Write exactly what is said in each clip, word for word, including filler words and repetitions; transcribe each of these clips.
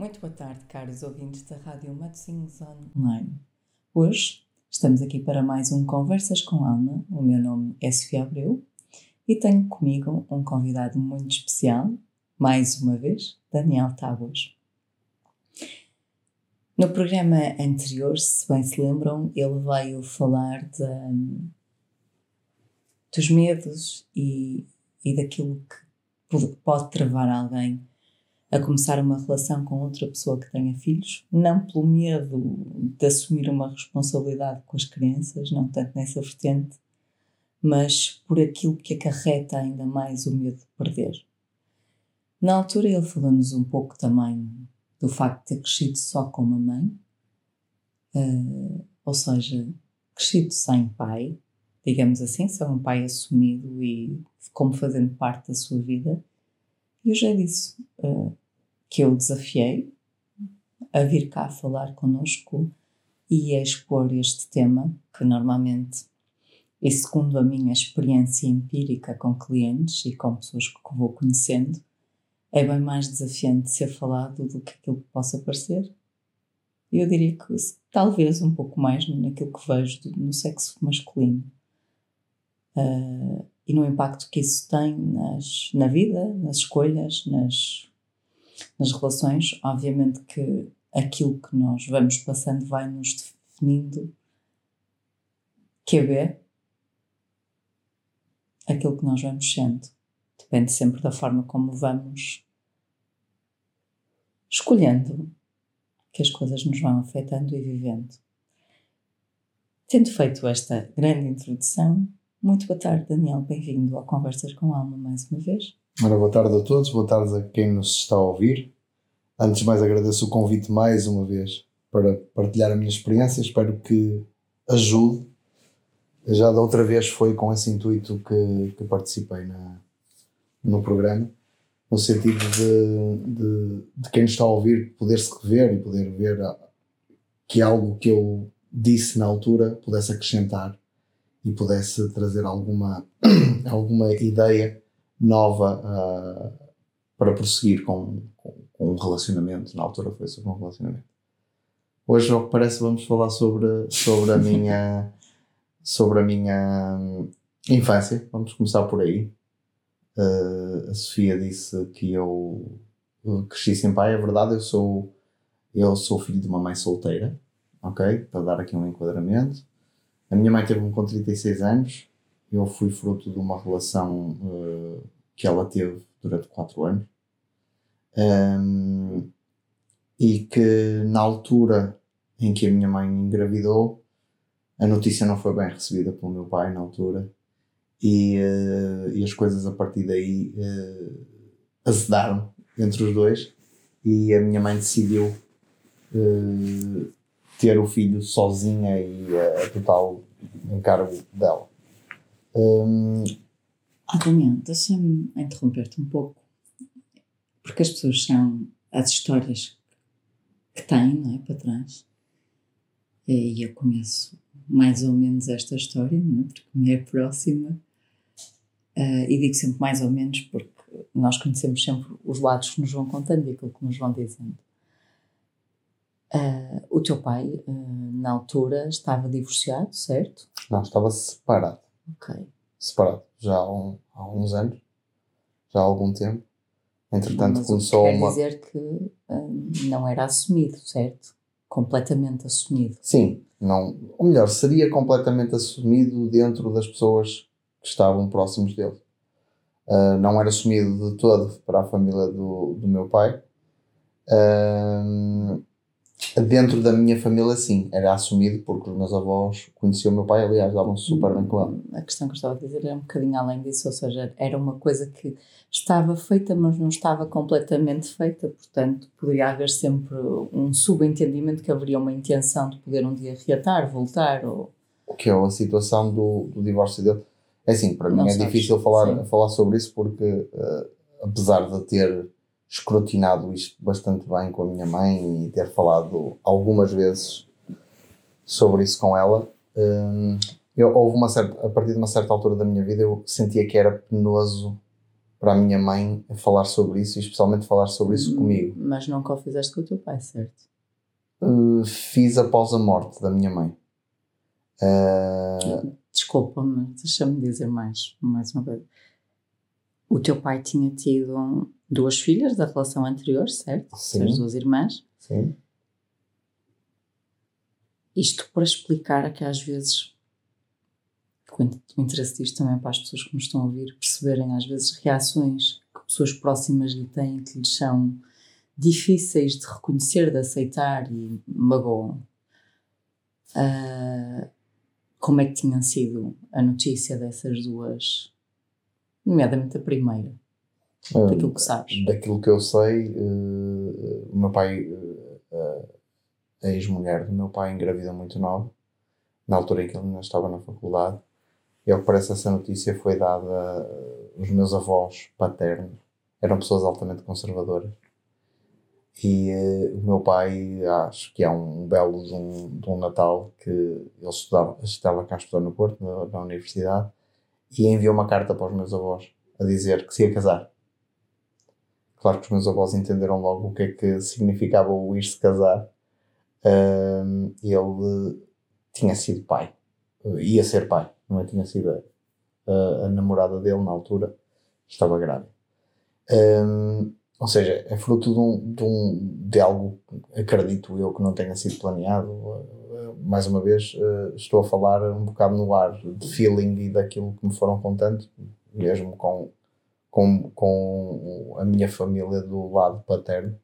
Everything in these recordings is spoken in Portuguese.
Muito boa tarde, caros ouvintes da Rádio Matosinhos Online. Hoje estamos aqui para mais um Conversas com Alma. O meu nome é Sofia Abreu e tenho comigo um convidado muito especial, mais uma vez, Daniel Tábuas. No programa anterior, se bem se lembram, ele veio falar de, dos medos e, e daquilo que pode travar alguém a começar uma relação com outra pessoa que tenha filhos, não pelo medo de assumir uma responsabilidade com as crianças, não tanto nessa vertente, mas por aquilo que acarreta ainda mais o medo de perder. Na altura ele falou-nos um pouco também do facto de ter crescido só com uma mãe, uh, ou seja, crescido sem pai, digamos assim, sem um pai assumido e como fazendo parte da sua vida. E eu já disse uh, que eu desafiei a vir cá falar connosco e a expor este tema, que normalmente, e segundo a minha experiência empírica com clientes e com pessoas que vou conhecendo, é bem mais desafiante ser falado do que aquilo que possa parecer. E eu diria que talvez um pouco mais naquilo que vejo no sexo masculino. Uh, e no impacto que isso tem nas, na vida, nas escolhas, nas, nas relações. Obviamente que aquilo que nós vamos passando vai nos definindo Q B, aquilo que nós vamos sendo. Depende sempre da forma como vamos escolhendo que as coisas nos vão afetando e vivendo. Tendo feito esta grande introdução, muito boa tarde, Daniel. Bem-vindo ao Conversas com Alma mais uma vez. Ora, boa tarde a todos, boa tarde a quem nos está a ouvir. Antes de mais, agradeço o convite mais uma vez para partilhar a minha experiência. Espero que ajude. Já da outra vez foi com esse intuito que, que participei na, no programa, no sentido de, de, de quem nos está a ouvir poder-se rever e poder ver que algo que eu disse na altura pudesse acrescentar e pudesse trazer alguma, alguma ideia nova uh, para prosseguir com, com, com um relacionamento. Na altura foi sobre um relacionamento. Hoje, ao que parece, vamos falar sobre, sobre, a, minha, sobre a minha infância. Vamos começar por aí. Uh, a Sofia disse que eu cresci sem pai. É verdade, eu sou, eu sou filho de uma mãe solteira, ok? Para dar aqui um enquadramento. A minha mãe teve-me com trinta e seis anos, eu fui fruto de uma relação uh, que ela teve durante quatro anos, um, e que na altura em que a minha mãe engravidou, a notícia não foi bem recebida pelo meu pai na altura, e, uh, e as coisas a partir daí uh, azedaram entre os dois, e a minha mãe decidiu uh, ter o filho sozinha e a, a total encargo dela. Um... Ah, Daniel, deixa-me interromper-te um pouco, porque as pessoas são as histórias que têm, não é, para trás, e eu conheço mais ou menos esta história, não é, porque me é próxima, uh, e digo sempre mais ou menos porque nós conhecemos sempre os lados que nos vão contando e aquilo que nos vão dizendo. Uh, o teu pai, uh, na altura, estava divorciado, certo? Não, estava separado. Ok. Separado, já há, um, há uns anos, já há algum tempo. Entretanto, mas começou quer uma... dizer que uh, não era assumido, certo? Completamente assumido. Sim, não, ou melhor, seria completamente assumido dentro das pessoas que estavam próximos dele. Uh, não era assumido de todo para a família do, do meu pai. Uh, Dentro da minha família, sim, era assumido porque os meus avós conheciam o meu pai, aliás, davam-se super bem com ele. A questão que eu estava a dizer era um bocadinho além disso, ou seja, era uma coisa que estava feita, mas não estava completamente feita, portanto, poderia haver sempre um subentendimento que haveria uma intenção de poder um dia reatar, voltar, ou... O que é a situação do, do divórcio dele? É assim, para Não mim é sabes, difícil falar, falar sobre isso porque, uh, apesar de ter escrutinado isto bastante bem com a minha mãe e ter falado algumas vezes sobre isso com ela, um, eu, houve uma certa, a partir de uma certa altura da minha vida eu sentia que era penoso para a minha mãe falar sobre isso, e especialmente falar sobre isso comigo. Mas nunca o fizeste com o teu pai, certo? Uh, fiz após a morte da minha mãe. Uh... Desculpa-me, deixa-me dizer mais, mais uma coisa. O teu pai tinha tido duas filhas da relação anterior, certo? Sim. As duas irmãs. Sim. Isto para explicar que às vezes, o interesse disto também para as pessoas que nos estão a ouvir perceberem às vezes reações que pessoas próximas lhe têm que lhes são difíceis de reconhecer, de aceitar e magoam. Uh, como é que tinha sido a notícia dessas duas, nomeadamente a primeira, uh, daquilo que sabes? Daquilo que eu sei, uh, o meu pai, uh, a ex-mulher do meu pai engravida muito nova, na altura em que ele ainda estava na faculdade, e ao que parece essa notícia foi dada, uh, os meus avós paternos eram pessoas altamente conservadoras. E uh, o meu pai, acho que há um belo de um, de um Natal que ele estudava, estava cá a estudar no Porto, na, na universidade, e enviou uma carta para os meus avós a dizer que se ia casar. Claro que os meus avós entenderam logo o que é que significava o ir-se casar. Uh, ele tinha sido pai, uh, ia ser pai, não é? Tinha sido a, a, a namorada dele na altura, estava grávida. Uh, Ou seja, é fruto de, um, de, um, de algo, acredito eu, que não tenha sido planeado. Mais uma vez, estou a falar um bocado no ar de feeling e daquilo que me foram contando, mesmo com, com, com a minha família do lado paterno.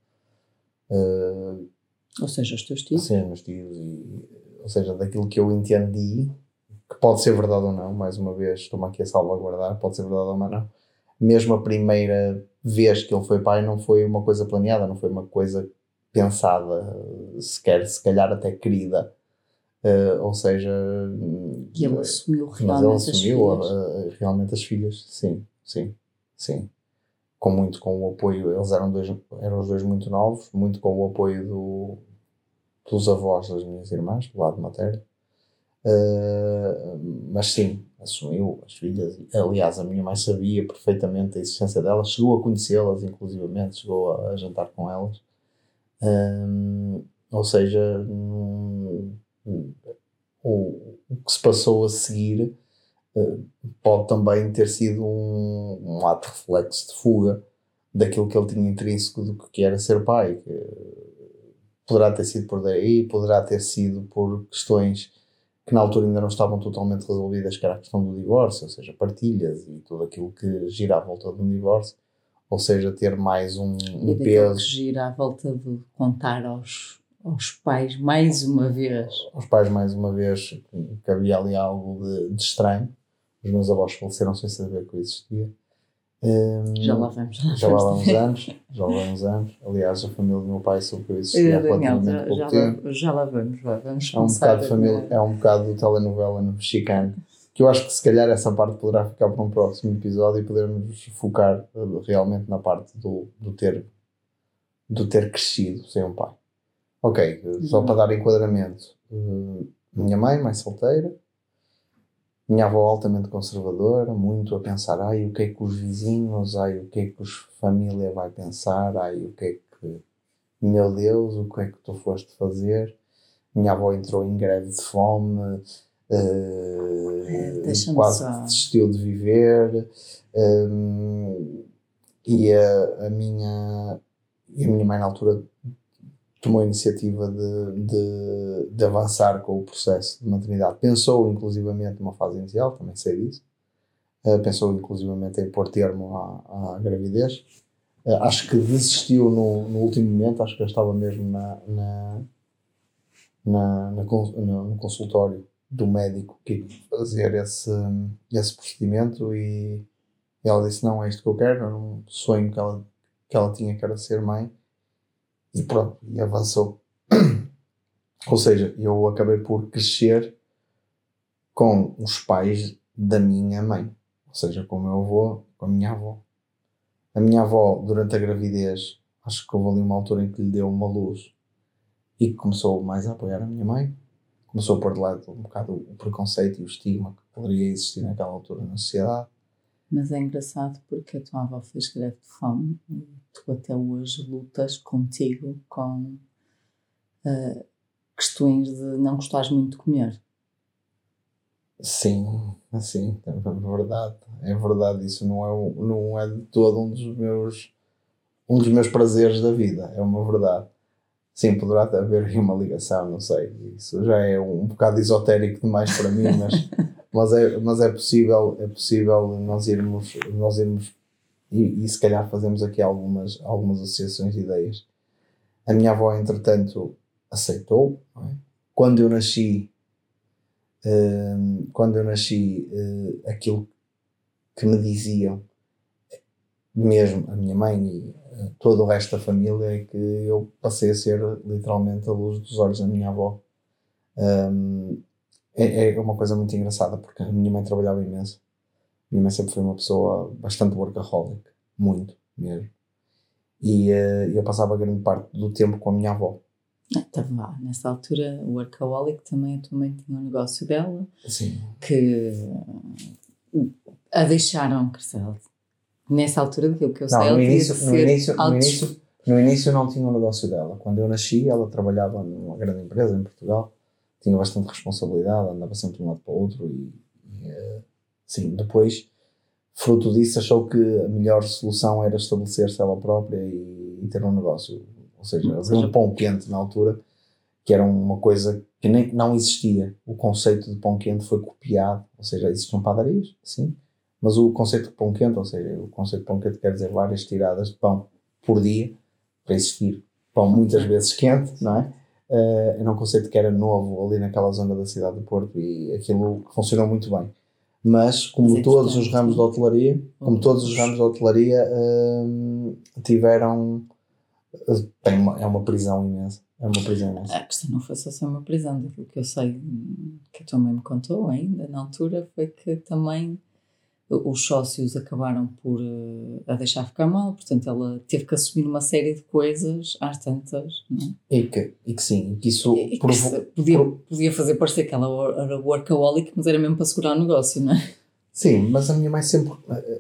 Ou seja, os teus tios? Sim, os meus tios. E, ou seja, daquilo que eu entendi, que pode ser verdade ou não, mais uma vez, estou-me aqui a salvaguardar, pode ser verdade ou não. Mesmo a primeira vez que ele foi pai não foi uma coisa planeada, não foi uma coisa pensada, sequer, se calhar até querida. Uh, ou seja... E ele assumiu realmente mas ele assumiu as filhas? A, a, realmente as filhas, sim, sim, sim. Com muito com o apoio, eles eram, dois, eram os dois muito novos, muito com o apoio do, dos avós das minhas irmãs, do lado materno. Uh, mas sim, assumiu as filhas. Aliás, a minha mãe sabia perfeitamente a existência delas, chegou a conhecê-las, inclusivamente, chegou a, a jantar com elas. Um, ou seja, um, um, o, o que se passou a seguir uh, pode também ter sido um, um ato reflexo de fuga daquilo que ele tinha intrínseco do que era ser pai. Que poderá ter sido por daí, poderá ter sido por questões que na altura ainda não estavam totalmente resolvidas, que era a questão do divórcio, ou seja, partilhas e tudo aquilo que gira à volta de um divórcio, ou seja, ter mais um, um e peso. Que gira à volta de contar aos, aos pais mais uma vez. Aos pais mais uma vez, que havia ali algo de, de estranho. Os meus avós faleceram sem saber que existia. Um, já lá vamos. Já lá vamos anos, já lá vamos anos. Aliás, a família do meu pai soube que eu existia há relativamente pouco já, tempo. Lá, já lá vamos, já vamos é um bocado de família, é um bocado de telenovela no mexicano, que eu acho que se calhar essa parte poderá ficar para um próximo episódio e podermos focar realmente na parte do, do, ter, do ter crescido sem um pai. Ok, só para dar enquadramento. Minha mãe, mãe solteira. Minha avó altamente conservadora, muito a pensar, ai, o que é que os vizinhos, ai, o que é que a família vai pensar, ai, o que é que, meu Deus, o que é que tu foste fazer? Minha avó entrou em greve de fome, uh, quase que desistiu de viver, um, e a, a, minha, e a minha mãe na altura tomou a iniciativa de, de, de avançar com o processo de maternidade. Pensou, inclusivamente, numa fase inicial, também sei disso. Uh, pensou, inclusivamente, em pôr termo à, à gravidez. Uh, acho que desistiu no, no último momento, acho que eu estava mesmo na, na, na, na, no, no consultório do médico que ia fazer esse, esse procedimento e, e ela disse, não, é isto que eu quero, era um sonho que ela, que ela tinha, que era ser mãe. E pronto, e avançou. Ou seja, eu acabei por crescer com os pais da minha mãe. Ou seja, com o meu avô, com a minha avó. A minha avó, durante a gravidez, acho que houve ali uma altura em que lhe deu uma luz e que começou mais a apoiar a minha mãe. Começou a pôr de lado um bocado o preconceito e o estigma que poderia existir naquela altura na sociedade. Mas é engraçado porque a tua avó fez greve de fome e tu até hoje lutas contigo com uh, questões de não gostares muito de comer. Sim, assim, é verdade. É verdade, isso não é, não é de todo um dos meus um dos meus prazeres da vida, é uma verdade. Sim, poderá haver aí uma ligação, não sei. Isso já é um, um bocado esotérico demais para mim, mas, mas, é, mas é possível, é possível nós irmos, nós irmos e, e se calhar fazemos aqui algumas, algumas associações de ideias. A minha avó, entretanto, aceitou, não é? Quando eu nasci, hum, quando eu nasci, hum, aquilo que me diziam, mesmo a minha mãe e uh, todo o resto da família, é que eu passei a ser literalmente a luz dos olhos da minha avó. Um, é, é uma coisa muito engraçada porque a minha mãe trabalhava imenso. A minha mãe sempre foi uma pessoa bastante workaholic, muito mesmo. E uh, eu passava grande parte do tempo com a minha avó. Estava lá, nessa altura, o Workaholic também, a tua mãe tinha um negócio dela. Sim. Que a deixaram crescer. Nessa altura, daquilo que eu sei, não, ela no tinha início, de no ser início, no, altos... início, no início não tinha um negócio dela. Quando eu nasci, ela trabalhava numa grande empresa em Portugal, tinha bastante responsabilidade, andava sempre de um lado para o outro e, e uh, sim, depois, fruto disso, achou que a melhor solução era estabelecer-se ela própria e, e ter um negócio. Ou seja, havia um pão quente na altura, que era uma coisa que nem, não existia. O conceito de pão quente foi copiado, ou seja, existiam padarias, sim, mas o conceito de pão quente, ou seja, o conceito de pão quente quer dizer várias tiradas de pão por dia, para existir pão muitas vezes quente, não é? Uh, era um conceito que era novo ali naquela zona da cidade do Porto e aquilo funcionou muito bem. Mas, como mas todos os ramos de hotelaria, como todos os ramos de hotelaria, uh, tiveram... Tem uma, é uma prisão imensa. É uma prisão imensa. A questão não foi só ser uma prisão, daquilo que eu sei, que a tua mãe me contou ainda, na altura, foi que também os sócios acabaram por uh, a deixar ficar mal, portanto ela teve que assumir uma série de coisas às tantas, não é? E que, e que sim, que isso e, e provo- que podia, pro... podia fazer parecer que ela era workaholic, mas era mesmo para segurar o negócio, não é? Sim, mas a minha mãe sempre...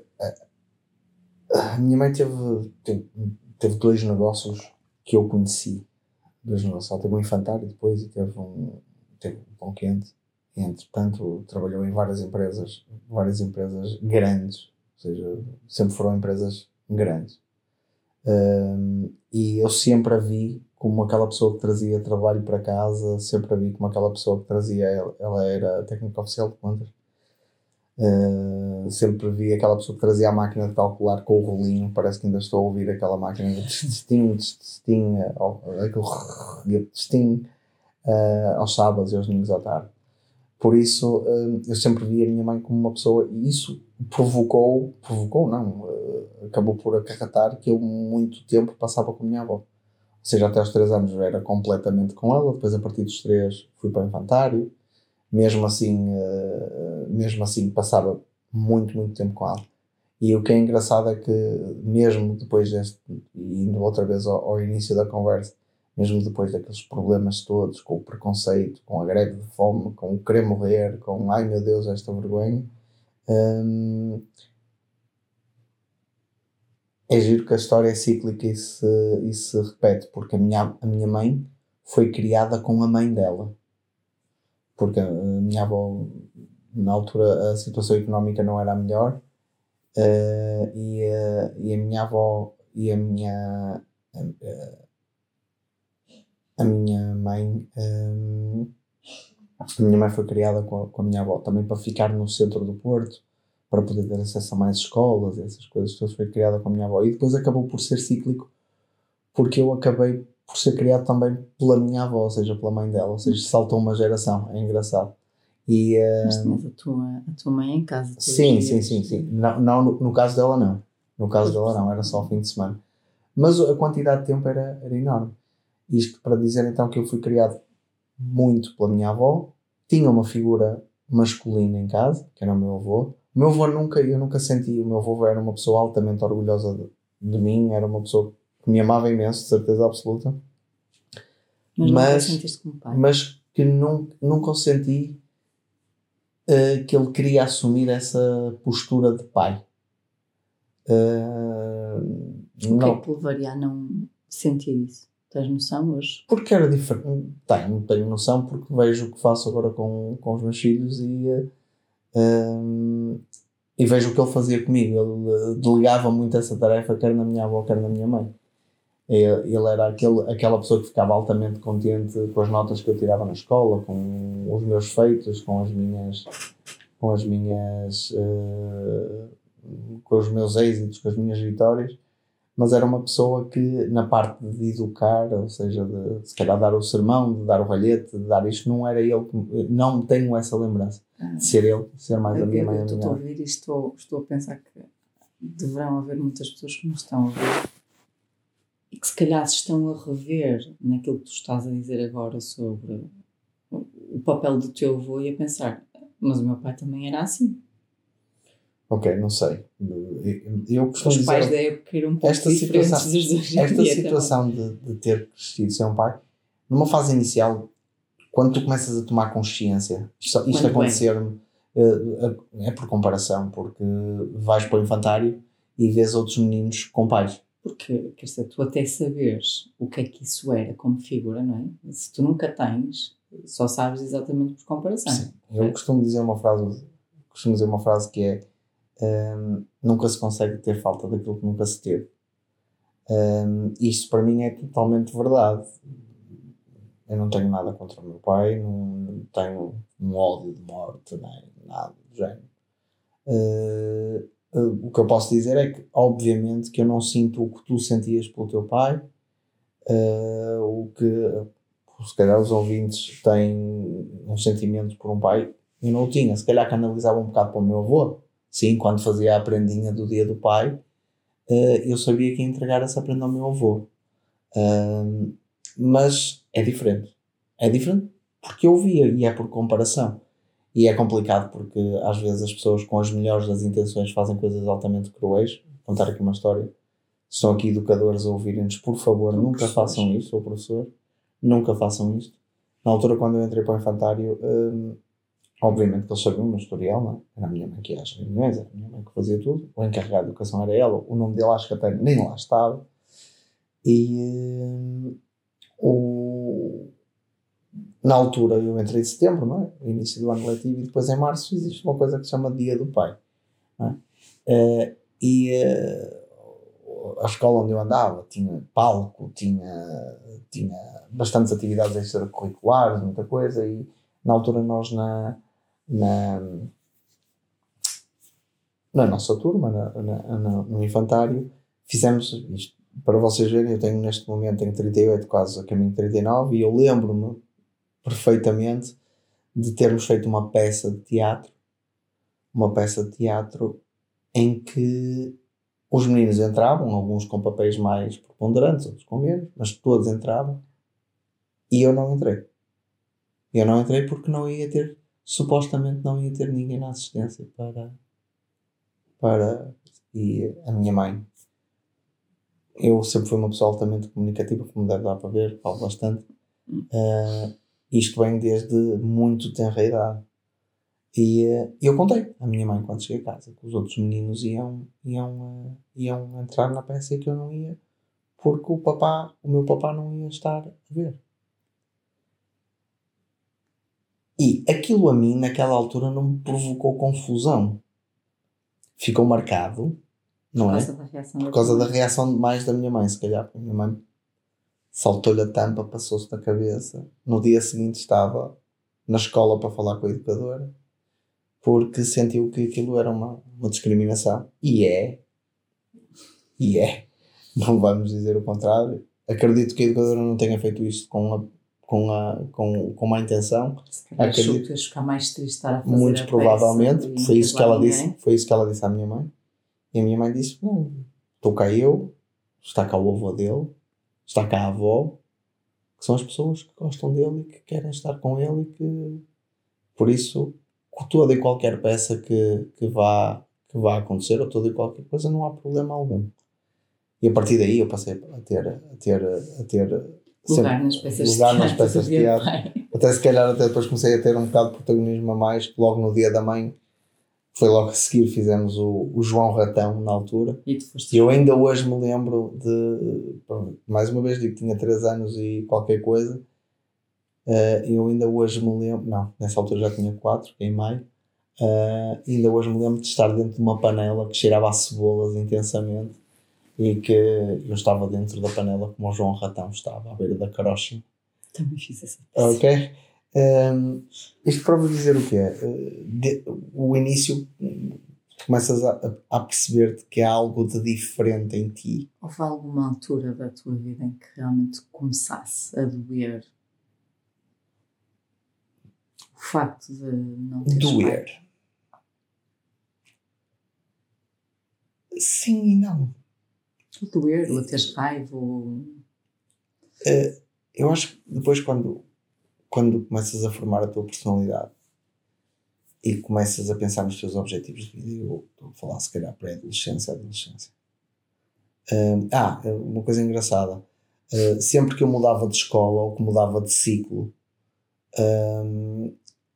A minha mãe teve, teve, teve dois negócios que eu conheci. Dois negócios. Ela teve um infantário depois e teve um, teve um pão quente. E, entretanto, trabalhou em várias empresas, várias empresas grandes, ou seja, sempre foram empresas grandes. Um, e eu sempre a vi como aquela pessoa que trazia trabalho para casa, sempre a vi como aquela pessoa que trazia, ela, ela era técnica oficial de contas, uh, sempre vi aquela pessoa que trazia a máquina de calcular com o rolinho, parece que ainda estou a ouvir aquela máquina de testim, testim, aquele testim uh, aos sábados e aos domingos à tarde. Por isso, eu sempre vi a minha mãe como uma pessoa, e isso provocou, provocou não, acabou por acarretar que eu muito tempo passava com a minha avó. Ou seja, até aos três anos eu era completamente com ela, depois a partir dos três fui para o infantário, mesmo assim, mesmo assim passava muito, muito tempo com ela. E o que é engraçado é que mesmo depois deste, indo outra vez ao, ao início da conversa, mesmo depois daqueles problemas todos, com o preconceito, com a greve de fome, com o querer morrer, com ai meu Deus, esta vergonha, hum, é giro que a história é cíclica e se, e se repete, porque a minha, a minha mãe foi criada com a mãe dela. Porque a minha avó, na altura, a situação económica não era a melhor, uh, e, uh, e a minha avó e a minha... Uh, A minha mãe, hum, a minha mãe foi criada com a, com a minha avó também para ficar no centro do Porto, para poder ter acesso a mais escolas, essas coisas todas. Foi criada com a minha avó e depois acabou por ser cíclico, porque eu acabei por ser criado também pela minha avó, ou seja, pela mãe dela, ou seja, saltou uma geração, é engraçado. E, hum, mas tinhas a tua, a tua mãe em casa? Sim, sim, sim, sim. Não, não no, no caso dela não, no caso dela não, era só ao fim de semana. Mas a quantidade de tempo era, era enorme. Isto para dizer então que eu fui criado muito pela minha avó, tinha uma figura masculina em casa, que era o meu avô. O meu avô nunca, eu nunca senti, o meu avô era uma pessoa altamente orgulhosa de, de mim, era uma pessoa que me amava imenso, de certeza absoluta. Mas, mas nunca sentiste como pai? Mas que nunca, nunca senti uh, que ele queria assumir essa postura de pai. Uh, o que é que te levaria a não sentir isso? Tens noção hoje? Porque era diferente. Tenho, tenho noção porque vejo o que faço agora com, com os meus filhos e, uh, e vejo o que ele fazia comigo. Ele delegava muito essa tarefa, quer na minha avó, quer na minha mãe. Ele, ele era aquele, aquela pessoa que ficava altamente contente com as notas que eu tirava na escola, com os meus feitos, com as minhas... com as minhas... Uh, com os meus êxitos, com as minhas vitórias. Mas era uma pessoa que, na parte de educar, ou seja, de se calhar dar o sermão, de dar o ralhete, de dar isto, não era ele, que, não tenho essa lembrança ah, de ser ele, de ser mais eu, a minha eu, mãe. Eu estou a ouvir e estou, estou a pensar que deverão haver muitas pessoas que não estão a ouvir e que se calhar se estão a rever naquilo que tu estás a dizer agora sobre o papel do teu avô e a pensar, mas o meu pai também era assim. Ok, não sei. Eu costumo Os pais dizer, da época eram um pouco esta diferentes situação, dos dois em Esta dia situação de, de ter crescido sem um pai, numa fase inicial, quando tu começas a tomar consciência, isto, isto acontecer-me, é, é por comparação, porque vais para o infantário e vês outros meninos com pais. Porque, quer dizer, tu até saberes o que é que isso era como figura, não é? Se tu nunca tens, só sabes exatamente por comparação. Sim. Eu costumo dizer uma frase, costumo dizer uma frase que é Um, nunca se consegue ter falta daquilo que nunca se teve. Um, isto para mim é totalmente verdade. Eu não tenho nada contra o meu pai, não tenho um ódio de morte, nem nada do género. Uh, uh, o que eu posso dizer é que, obviamente, que eu não sinto o que tu sentias pelo teu pai, uh, o que, se calhar, os ouvintes têm um sentimento por um pai, eu não o tinha. Se calhar canalizava um bocado para o meu avô. Sim, quando fazia a prendinha do dia do pai, uh, eu sabia que ia entregar essa prenda ao meu avô. Uh, mas é diferente. É diferente porque eu via e é por comparação. E é complicado porque às vezes as pessoas com as melhores das intenções fazem coisas altamente cruéis. Vou contar aqui uma história. Se estão aqui educadores a ouvirem-nos, por favor, Ou nunca façam isto, ou professor, nunca façam isto. Na altura, quando eu entrei para o infantário, uh, obviamente que eles sabiam o meu historial, não é? Era a minha mãe que ia às reuniões, era a minha mãe que fazia tudo, o encarregado de educação era ela, o nome dele acho que até nem lá estava. E uh, o... na altura eu entrei em setembro, não é? Início do ano letivo, e depois em março existe uma coisa que se chama Dia do Pai. Não é? Uh, e uh, a escola onde eu andava tinha palco, tinha, tinha bastantes atividades extracurriculares, muita coisa, e na altura nós na Na, na nossa turma, na, na, na, no infantário, fizemos isto. Para vocês verem, eu tenho neste momento tenho trinta e oito, quase a caminho de trinta e nove, e eu lembro-me perfeitamente de termos feito uma peça de teatro, uma peça de teatro em que os meninos entravam, alguns com papéis mais preponderantes, outros com menos, mas todos entravam, e eu não entrei. Eu não entrei porque não ia ter supostamente não ia ter ninguém na assistência para, para e a minha mãe, eu sempre fui uma pessoa altamente comunicativa, como deve dar para ver, falo bastante, uh, isto vem desde muito tenra idade, e uh, eu contei à minha mãe quando cheguei a casa que os outros meninos iam, iam, uh, iam entrar na peça e que eu não ia porque o papá, o meu papá não ia estar a ver. E aquilo a mim, naquela altura, não me provocou confusão. Ficou marcado, não é? Por causa da reação mais da minha mãe, se calhar. A minha mãe saltou-lhe a tampa, passou-se na cabeça. No dia seguinte estava na escola para falar com a educadora, porque sentiu que aquilo era uma, uma discriminação. E é. E é. Não vamos dizer o contrário. Acredito que a educadora não tenha feito isto com a com a com, com má intenção. Acredito que ficar mais triste estar a fazer muito a provavelmente peça, foi isso que ela ninguém. disse foi isso que ela disse à minha mãe, e a minha mãe disse: não, estou cá eu, está cá o avô dele, está cá a avó, que são as pessoas que gostam dele e que querem estar com ele, e que por isso toda e qualquer peça que, que vá que vá acontecer, ou toda e qualquer coisa, não há problema algum. E a partir daí eu passei a ter a ter a ter lugar nas peças lugar de nas teatro, peças de teatro. Até se calhar até depois comecei a ter um bocado de protagonismo a mais, que logo no dia da mãe foi logo a seguir, fizemos o, o João Ratão na altura. E tu foste. E eu ainda hoje me lembro de, mais uma vez digo que tinha três anos e qualquer coisa, uh, eu ainda hoje me lembro, não, nessa altura já tinha quatro, em maio, uh, ainda hoje me lembro de estar dentro de uma panela que cheirava a cebolas intensamente e que eu estava dentro da panela como o João Ratão estava, à beira da carochinha. Também fiz essa. Ok? Um, isto para vos dizer o que é, uh, de, o início, começas a, a perceber-te que há algo de diferente em ti. Houve alguma altura da tua vida em que realmente começasse a doer o facto de não teres Doer? pai? Sim e não. O doer, ou teres raiva, ou... Uh, eu acho que depois quando, quando começas a formar a tua personalidade e começas a pensar nos teus objetivos de vida, eu estou a falar se calhar pré-adolescência, adolescência. Uh, ah, uma coisa engraçada, uh, sempre que eu mudava de escola ou que mudava de ciclo, um,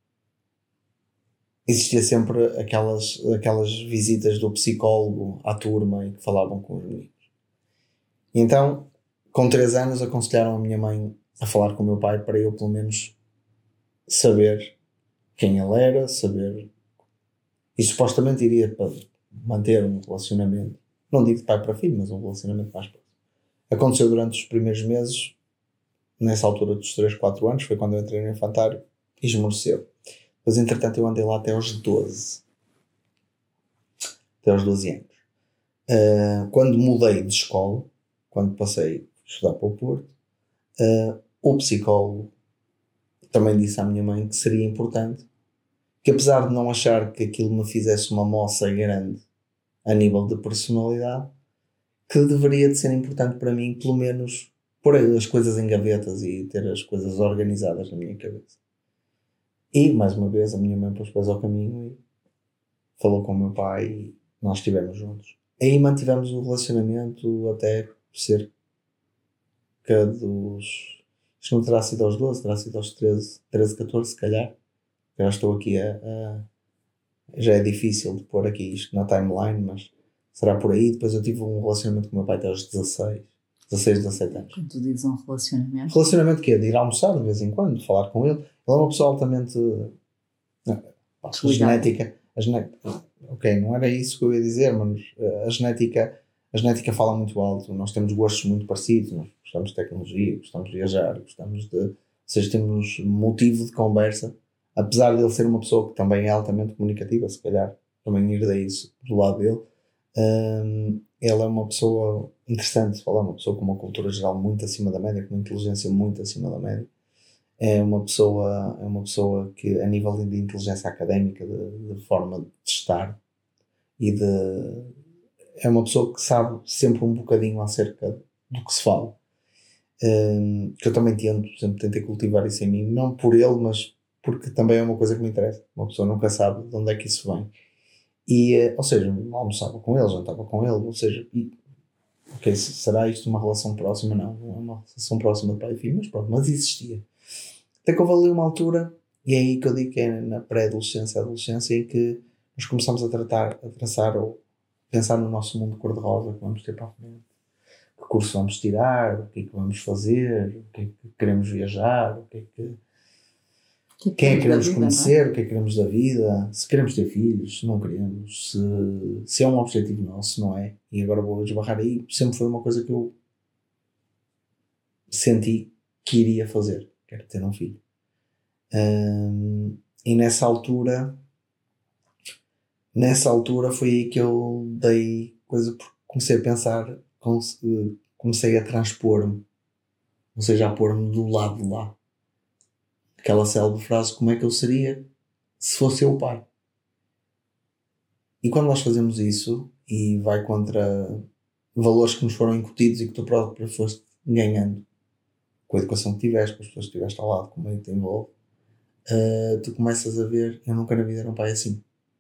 existia sempre aquelas, aquelas visitas do psicólogo à turma e que falavam com os meninos. E então, com três anos, aconselharam a minha mãe a falar com o meu pai para eu pelo menos saber quem ele era, saber... E supostamente iria para manter um relacionamento, não digo de pai para filho, mas um relacionamento mais próximo. Aconteceu durante os primeiros meses, nessa altura dos três, quatro anos, foi quando eu entrei no infantário, e esmoreceu. Mas entretanto eu andei lá até aos doze. Até aos doze anos. Uh, quando mudei de escola, quando passei a estudar para o Porto, uh, o psicólogo também disse à minha mãe que seria importante, que apesar de não achar que aquilo me fizesse uma moça grande a nível de personalidade, que deveria de ser importante para mim, pelo menos, pôr as coisas em gavetas e ter as coisas organizadas na minha cabeça. E, mais uma vez, a minha mãe pôs os pés ao caminho e falou com o meu pai e nós estivemos juntos. Aí mantivemos o relacionamento até cerca dos... Isto não terá sido aos doze, terá sido aos treze, treze, catorze, se calhar. Já estou aqui a, a... Já é difícil de pôr aqui isto na timeline, mas será por aí. Depois eu tive um relacionamento com o meu pai até aos dezasseis, dezasseis, dezassete anos. Quando tu dizes um relacionamento... Relacionamento que é de ir almoçar de vez em quando, falar com ele. Ele é uma pessoa altamente... Não, a genética... A genética... Ok, não era isso que eu ia dizer, mas a genética... A genética fala muito alto. Nós temos gostos muito parecidos. Nós gostamos de tecnologia, gostamos de viajar, gostamos de... Ou seja, temos motivo de conversa. Apesar de ele ser uma pessoa que também é altamente comunicativa, se calhar também herdei isso do lado dele. Um, ele é uma pessoa interessante de falar, uma pessoa com uma cultura geral muito acima da média, com uma inteligência muito acima da média. É uma pessoa, é uma pessoa que, a nível de inteligência académica, de, de forma de estar, e de, é uma pessoa que sabe sempre um bocadinho acerca do que se fala. Um, que eu também tento, sempre tentei cultivar isso em mim, não por ele, mas porque também é uma coisa que me interessa. Uma pessoa nunca sabe de onde é que isso vem. E, ou seja, almoçava com ele, jantava com ele, ou seja, e, ok, será isto uma relação próxima? Não, não é uma relação próxima de pai e filho, mas pronto, mas existia. Até que houve ali uma altura, e é aí que eu digo que é na pré-adolescência, adolescência, em que nós começamos a tratar, a traçar ou pensar no nosso mundo cor-de-rosa que vamos ter para a frente. Que curso vamos tirar, o que é que vamos fazer, o que é que queremos viajar, o que é que... Que Quem é que queremos vida, conhecer, é? o que é que queremos da vida, se queremos ter filhos, se não queremos, se, se é um objetivo nosso, se não é. E agora vou esbarrar aí, sempre foi uma coisa que eu senti que iria fazer, quero ter um filho. Um, e nessa altura, nessa altura foi aí que eu dei coisa, comecei a pensar, comecei a transpor-me, ou seja, a pôr-me do lado de lá. Aquela célebre frase, como é que eu seria se fosse eu o pai? E quando nós fazemos isso, e vai contra valores que nos foram incutidos e que tu próprio foste ganhando, com a educação que tiveste, com as pessoas que tiveste ao lado, com o meio que te envolve, uh, tu começas a ver, eu nunca na vida era um pai assim.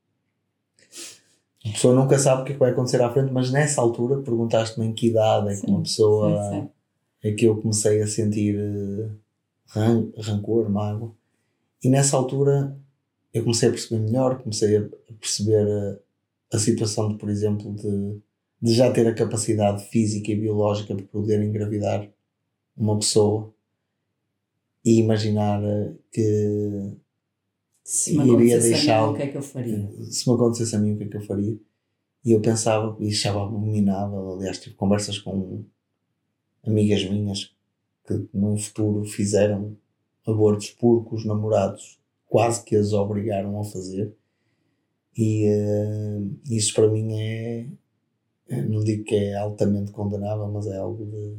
A pessoa nunca sabe o que é que vai acontecer à frente, mas nessa altura, perguntaste-me em que idade é que uma pessoa... Sim, sim. É que eu comecei a sentir... Uh, rancor, mágoa, e nessa altura eu comecei a perceber melhor, comecei a perceber a, a situação de, por exemplo, de, de já ter a capacidade física e biológica de poder engravidar uma pessoa e imaginar que se me iria acontecesse a mim, deixá-lo. o que é que eu faria? Se me acontecesse a mim, o que é que eu faria? E eu pensava e achava abominável. Aliás, tive conversas com amigas minhas que no futuro fizeram abortos porque os namorados quase que as obrigaram a fazer. E uh, isso para mim é, não digo que é altamente condenável, mas é algo de,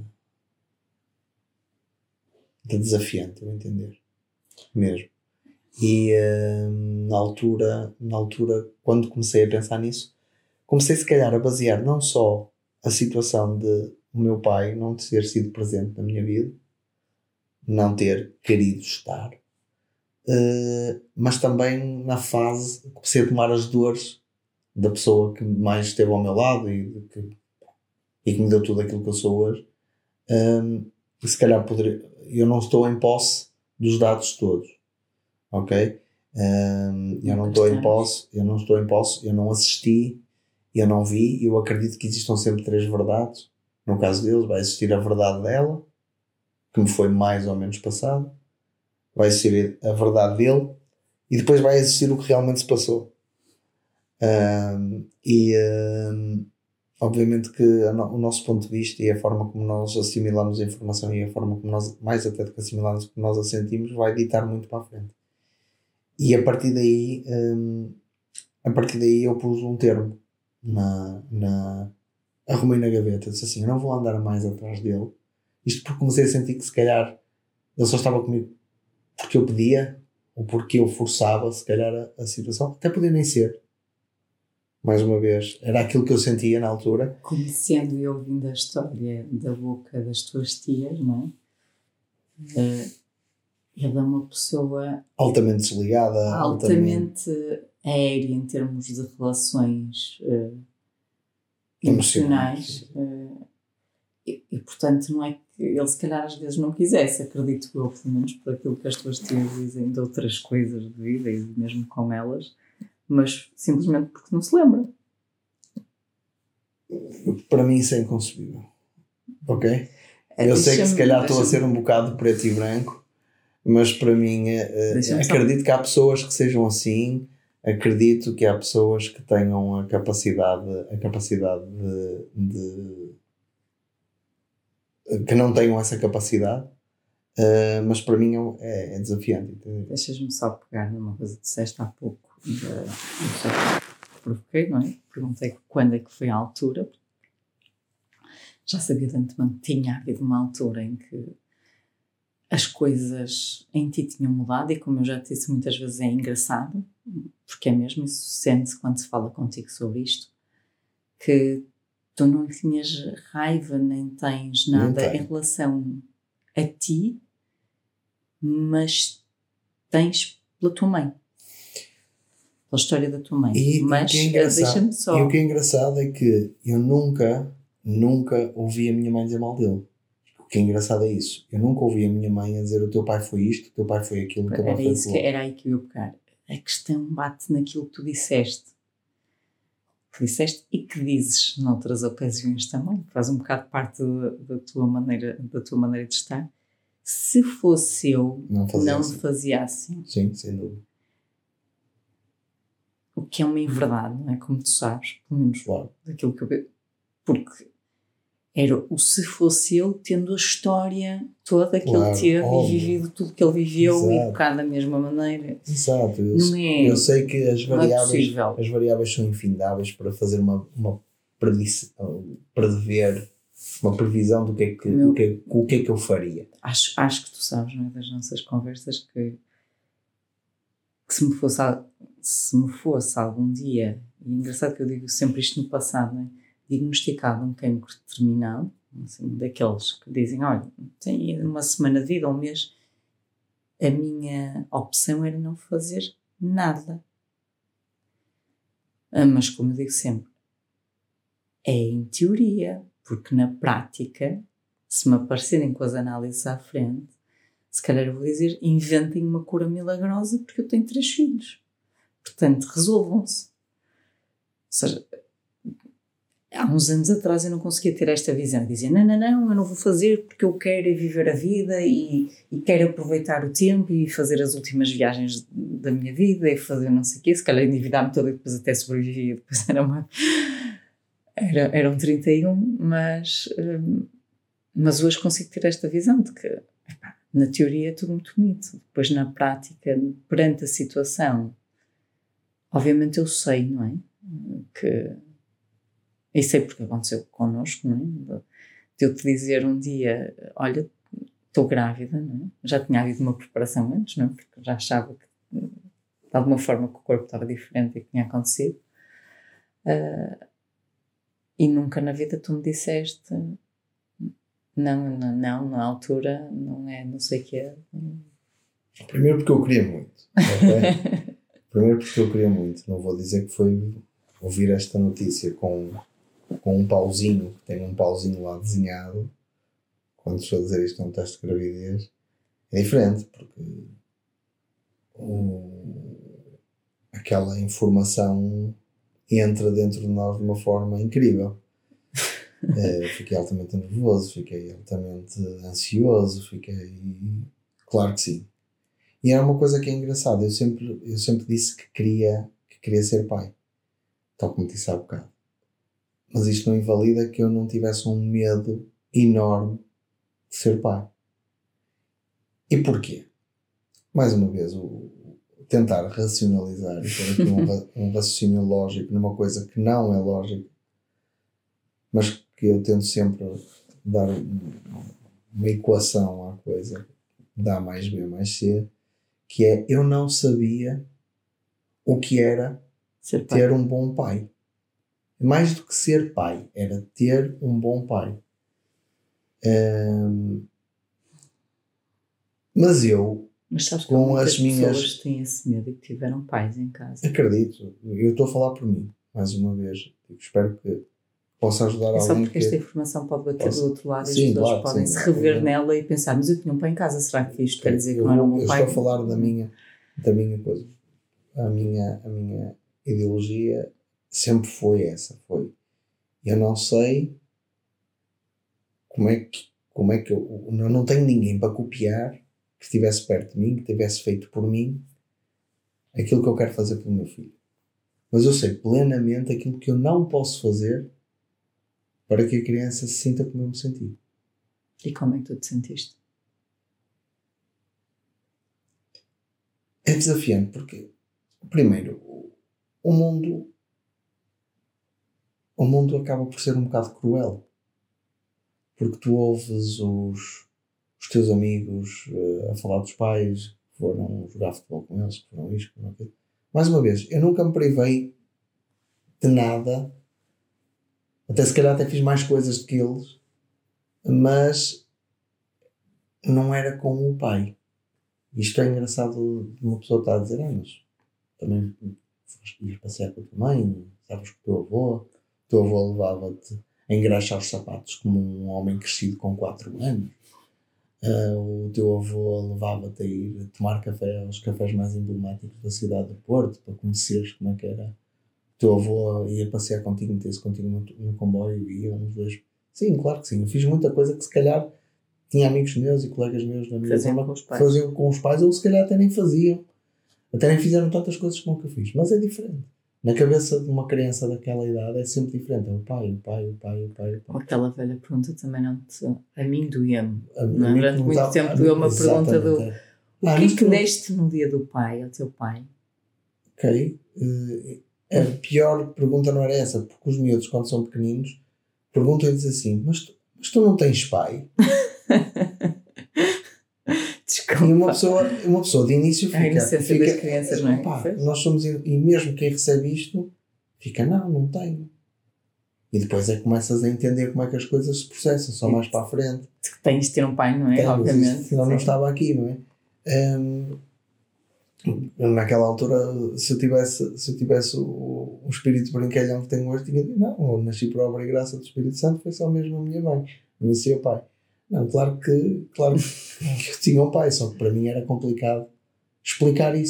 de desafiante, eu entender, mesmo. E uh, na altura, na altura, quando comecei a pensar nisso, comecei se calhar a basear não só a situação de o meu pai não ter sido presente na minha vida, não ter querido estar, uh, mas também na fase que comecei a tomar as dores da pessoa que mais esteve ao meu lado e, de que, e que me deu tudo aquilo que eu sou hoje. Um, se calhar poderia, eu não estou em posse dos dados todos, ok? Um, eu não estou em posse, eu não estou em posse, eu não assisti, eu não vi, eu acredito que existam sempre três verdades. No caso deles, vai existir a verdade dela, que me foi mais ou menos passado, vai existir a verdade dele, e depois vai existir o que realmente se passou. Um, e um, obviamente que no, o nosso ponto de vista e a forma como nós assimilamos a informação e a forma como nós, mais até do que assimilamos, como nós a sentimos, vai ditar muito para a frente. E a partir daí, um, a partir daí eu pus um termo na, na arrumei na gaveta, disse assim, eu não vou andar mais atrás dele, isto porque comecei a sentir que se calhar ele só estava comigo porque eu pedia ou porque eu forçava se calhar a, a situação, até podia nem ser, mais uma vez, era aquilo que eu sentia na altura. Conhecendo e ouvindo a história da boca das tuas tias, não é? Uh, ele é uma pessoa altamente desligada, altamente, altamente aérea em termos de relações uh, emocionais, uh, e, e portanto não é que ele se calhar às vezes não quisesse, acredito eu, pelo menos por aquilo que as tuas tias dizem de outras coisas de vida e mesmo com elas, mas simplesmente porque não se lembra. Para mim isso é inconcebível, ok? É, eu sei que se calhar estou a ser um bocado preto e branco, mas para mim uh, acredito que há pessoas que sejam assim, acredito que há pessoas que tenham a capacidade, a capacidade de, de que não tenham essa capacidade, uh, mas para mim é, é desafiante. Entendeu? Deixas-me só pegar numa coisa que disseste há pouco, de, que provoquei, não é? Perguntei quando é que foi a altura. Já sabia de antemão que tinha havido uma altura em que as coisas em ti tinham mudado e, como eu já te disse muitas vezes, é engraçado, porque é mesmo, isso sente-se quando se fala contigo sobre isto, que tu não tinhas raiva nem tens nada em relação a ti, mas tens pela tua mãe, pela história da tua mãe. E, mas e, é deixa-me só. E o que é engraçado é que eu nunca, nunca ouvi a minha mãe dizer mal dele. O que é engraçado é isso. Eu nunca ouvi a minha mãe a dizer o teu pai foi isto, o teu pai foi aquilo, o teu pai era, foi isso que, era aí que eu ia pegar. A questão bate naquilo que tu disseste. Que disseste e que dizes noutras ocasiões também, que faz um bocado parte da, da, tua maneira, da tua maneira de estar. Se fosse eu, não fazia, não assim. fazia assim. Sim, sem dúvida. O que é uma inverdade, não é? Como tu sabes, pelo menos claro. daquilo que eu... Porque era o se fosse eu tendo a história toda que claro, ele teve óbvio. E vivido tudo que ele viveu. Exato. E educado da mesma maneira. Exato. Eu, não é, eu sei que as variáveis, é as variáveis são infindáveis para fazer uma, uma predição, prever uma previsão do que é que, Meu, o que, o que é que eu faria. Acho, acho que tu sabes, não é, das nossas conversas, que, que se, me fosse, se me fosse algum dia, e é engraçado que eu digo sempre isto no passado, não é? Diagnosticado um cancro determinado, assim, daqueles que dizem, olha, tem uma semana de vida, um mês, a minha opção era não fazer nada. Mas, como eu digo sempre, é em teoria, porque na prática, se me aparecerem com as análises à frente, se calhar eu vou dizer, inventem uma cura milagrosa porque eu tenho três filhos. Portanto, resolvam-se. Ou seja, há uns anos atrás eu não conseguia ter esta visão. Eu dizia, não, não, não, eu não vou fazer porque eu quero é viver a vida e, e quero aproveitar o tempo e fazer as últimas viagens da minha vida e fazer não sei o quê. Se calhar endividar-me toda e depois até sobrevivia. Depois era uma... Era, eram trinta e um, mas, hum, mas hoje consigo ter esta visão de que, epá, na teoria é tudo muito bonito. Depois na prática, perante a situação, obviamente eu sei, não é? Que... E sei porque aconteceu connosco, não é? De eu te dizer um dia, olha, estou grávida, não é? Já tinha havido uma preparação antes, não é? Porque já achava que, de alguma forma, que o corpo estava diferente e que tinha acontecido. Uh, e nunca na vida tu me disseste, não, não, não, na altura, não é, não sei o que é. Primeiro porque eu queria muito, ok? Primeiro porque eu queria muito. Não vou dizer que foi ouvir esta notícia com... com um pauzinho, que tem um pauzinho lá desenhado, quando estou a dizer isto é um teste de gravidez, é diferente, porque um, aquela informação entra dentro de nós de uma forma incrível. é, fiquei altamente nervoso, fiquei altamente ansioso, fiquei... Claro que sim. E era uma coisa que é engraçada, eu sempre, eu sempre disse que queria, que queria ser pai, tal como disse há bocado. Mas isto não invalida que eu não tivesse um medo enorme de ser pai. E porquê? Mais uma vez, o, tentar racionalizar e pôr aqui um, um raciocínio lógico numa coisa que não é lógica, mas que eu tento sempre dar uma equação à coisa, dá mais B mais C, que é, eu não sabia o que era Ser pai. ter um bom pai. Mais do que ser pai, era ter um bom pai. Um, mas eu, mas sabes que com as as minhas... pessoas têm esse medo e que tiveram pais em casa. Acredito. Eu estou a falar por mim, mais uma vez. Eu espero que possa ajudar é alguém. só porque que... esta informação pode bater posso... do outro lado e as sim, pessoas claro, podem sim, se rever eu... nela e pensar, mas eu tinha um pai em casa, será que isto okay. quer dizer que eu não era um bom eu pai? Eu estou a falar da minha, da minha coisa. A minha, a minha ideologia sempre foi essa. Foi, eu não sei como é que, como é que eu, eu não tenho ninguém para copiar que estivesse perto de mim, que tivesse feito por mim aquilo que eu quero fazer pelo meu filho. Mas eu sei plenamente aquilo que eu não posso fazer para que a criança se sinta como eu me senti. E como é que tu te sentiste? É desafiante porque, primeiro, o mundo o mundo acaba por ser um bocado cruel. Porque tu ouves os, os teus amigos uh, a falar dos pais que foram jogar futebol com eles, que foram isto, que foram aquilo. Mais uma vez, eu nunca me privei de nada, até se calhar até fiz mais coisas do que eles, mas não era com o pai. Isto é engraçado de uma pessoa estar a dizer, ah, mas também ias passear com a tua mãe, sabes que o teu avô, o teu avô levava-te a engraxar os sapatos como um homem crescido com quatro anos. Uh, o teu avô levava-te a ir tomar café aos cafés mais emblemáticos da cidade do Porto para conheceres como é que era. O teu avô ia passear contigo, meter-se contigo no, no comboio e ia uns dois. Sim, claro que sim. Eu fiz muita coisa que se calhar tinha amigos meus e colegas meus na minha Faziam zona com os que pais. faziam com os pais ou se calhar até nem faziam. Até nem fizeram tantas coisas como que eu fiz. Mas é diferente. Na cabeça de uma criança daquela idade é sempre diferente. É o pai, o pai, o pai, o pai, o pai. Aquela velha pergunta também não te... A mim doía-me. A, Não, a mim durante muito dá, tempo doeu uma pergunta do... É. O Ah, que é que tu... deste no dia do pai, ao teu pai? Ok. Uh, a pior pergunta não era essa. Porque os miúdos, quando são pequeninos, perguntam-lhes assim, mas tu, mas tu não tens pai? Desculpa. E uma pessoa, uma pessoa de início fica... A inocência fica, das crianças, não é? Pá, nós somos... E mesmo quem recebe isto, fica, não, não tenho. E depois é que começas a entender como é que as coisas se processam, só mais para a frente. Tens de ter um pai, não é? Tem, obviamente. Senão não estava aqui, não é? Um, naquela altura, se eu tivesse, se eu tivesse o, o espírito brincalhão que tenho hoje, tinha dito, não, eu nasci por obra e graça do Espírito Santo, foi só mesmo a minha mãe, não me seu pai. Não, claro que, claro que eu tinha um pai, só que para mim era complicado explicar isso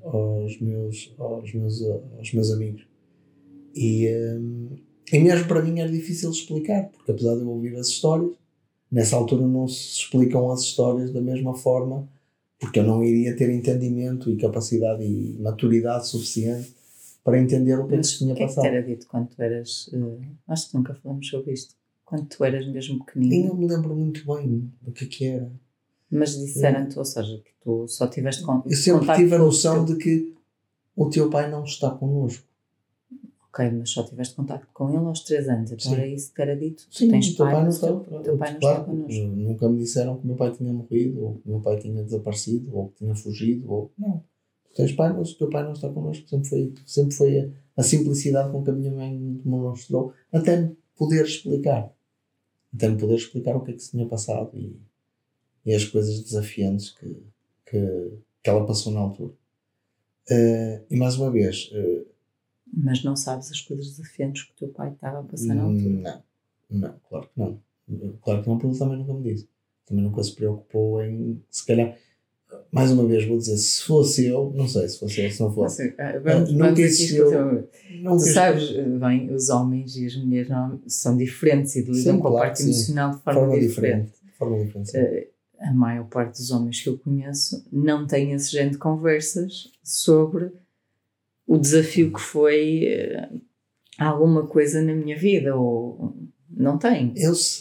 aos, meus, aos, meus, aos meus amigos. E, um, e mesmo para mim era difícil de explicar, porque apesar de eu ouvir as histórias, nessa altura não se explicam as histórias da mesma forma, porque eu não iria ter entendimento e capacidade e maturidade suficiente para entender o que é que se tinha passado. O que é que te era dito quando tu eras... Uh, acho que nunca falamos sobre isto. Quando tu eras mesmo pequenino. Eu não me lembro muito bem do que é que era. Mas disseram-te, ou seja, que tu só tiveste con- Eu sempre contato tive a com o noção teu... de que o teu pai não está connosco. Ok, mas só tiveste contacto com ele aos três anos. Então Sim. era isso que era dito? Sim, tens o teu pai, pai não mas está, o teu, teu pai não claro, está connosco. Nunca me disseram que o meu pai tinha morrido, ou que o meu pai tinha desaparecido, ou que tinha fugido, ou... Não. Tu tens pai, mas o teu pai não está connosco. Sempre foi, sempre foi a, a simplicidade com que a minha mãe me mostrou, até me poder explicar. Até me poder explicar o que é que se tinha passado e, e as coisas desafiantes que, que, que ela passou na altura. Uh, e mais uma vez... Uh, Mas não sabes as coisas desafiantes que o teu pai estava a passar na altura? Não, não, claro que não. Claro que não, porque ele também nunca me disse. Também nunca se preocupou em, se calhar, mais uma vez vou dizer, se fosse eu, não sei se fosse eu, se não fosse. Assim, vamos, uh, vamos existiu, aqui tu sabes bem, os homens e as mulheres não, são diferentes e lidam com a parte sim. emocional de forma, forma diferente. diferente. De forma diferente uh, a maior parte dos homens que eu conheço não tem esse género de conversas sobre o desafio que foi uh, alguma coisa na minha vida, ou não tem. Eu se...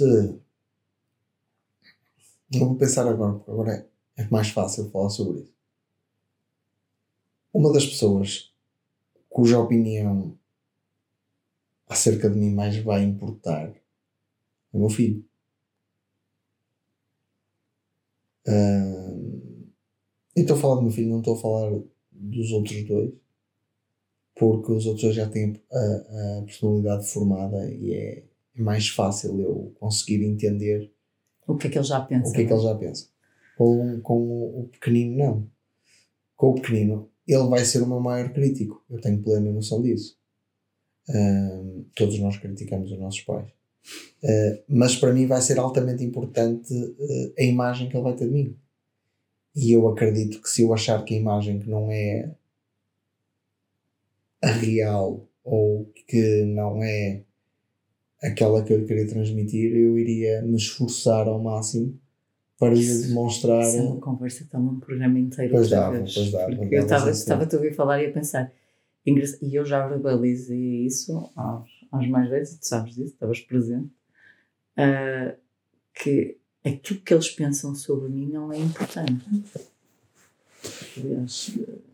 Eu vou pensar agora, porque agora é, é mais fácil falar sobre isso. Uma das pessoas cuja opinião acerca de mim mais vai importar é o meu filho. Uh, eu estou a falar do meu filho, não estou a falar dos outros dois, porque os outros já têm a, a personalidade formada e é mais fácil eu conseguir entender o que é que ele já pensa. O que é que ele já pensa. Com, com o pequenino, não. Com o pequenino, ele vai ser o meu maior crítico. Eu tenho plena noção disso. Uh, todos nós criticamos os nossos pais. Uh, mas para mim vai ser altamente importante uh, a imagem que ele vai ter de mim. E eu acredito que se eu achar que a imagem que não é a real ou que não é aquela que eu queria transmitir, eu iria me esforçar ao máximo para lhe demonstrar. Isso é uma conversa que está num programa inteiro. Pois dava, pois dava. Eu estava estava a ouvir falar e a pensar, e eu já verbalizei isso aos, aos mais velhos, e tu sabes disso, estavas presente, uh, que aquilo que eles pensam sobre mim não é importante. Aliás,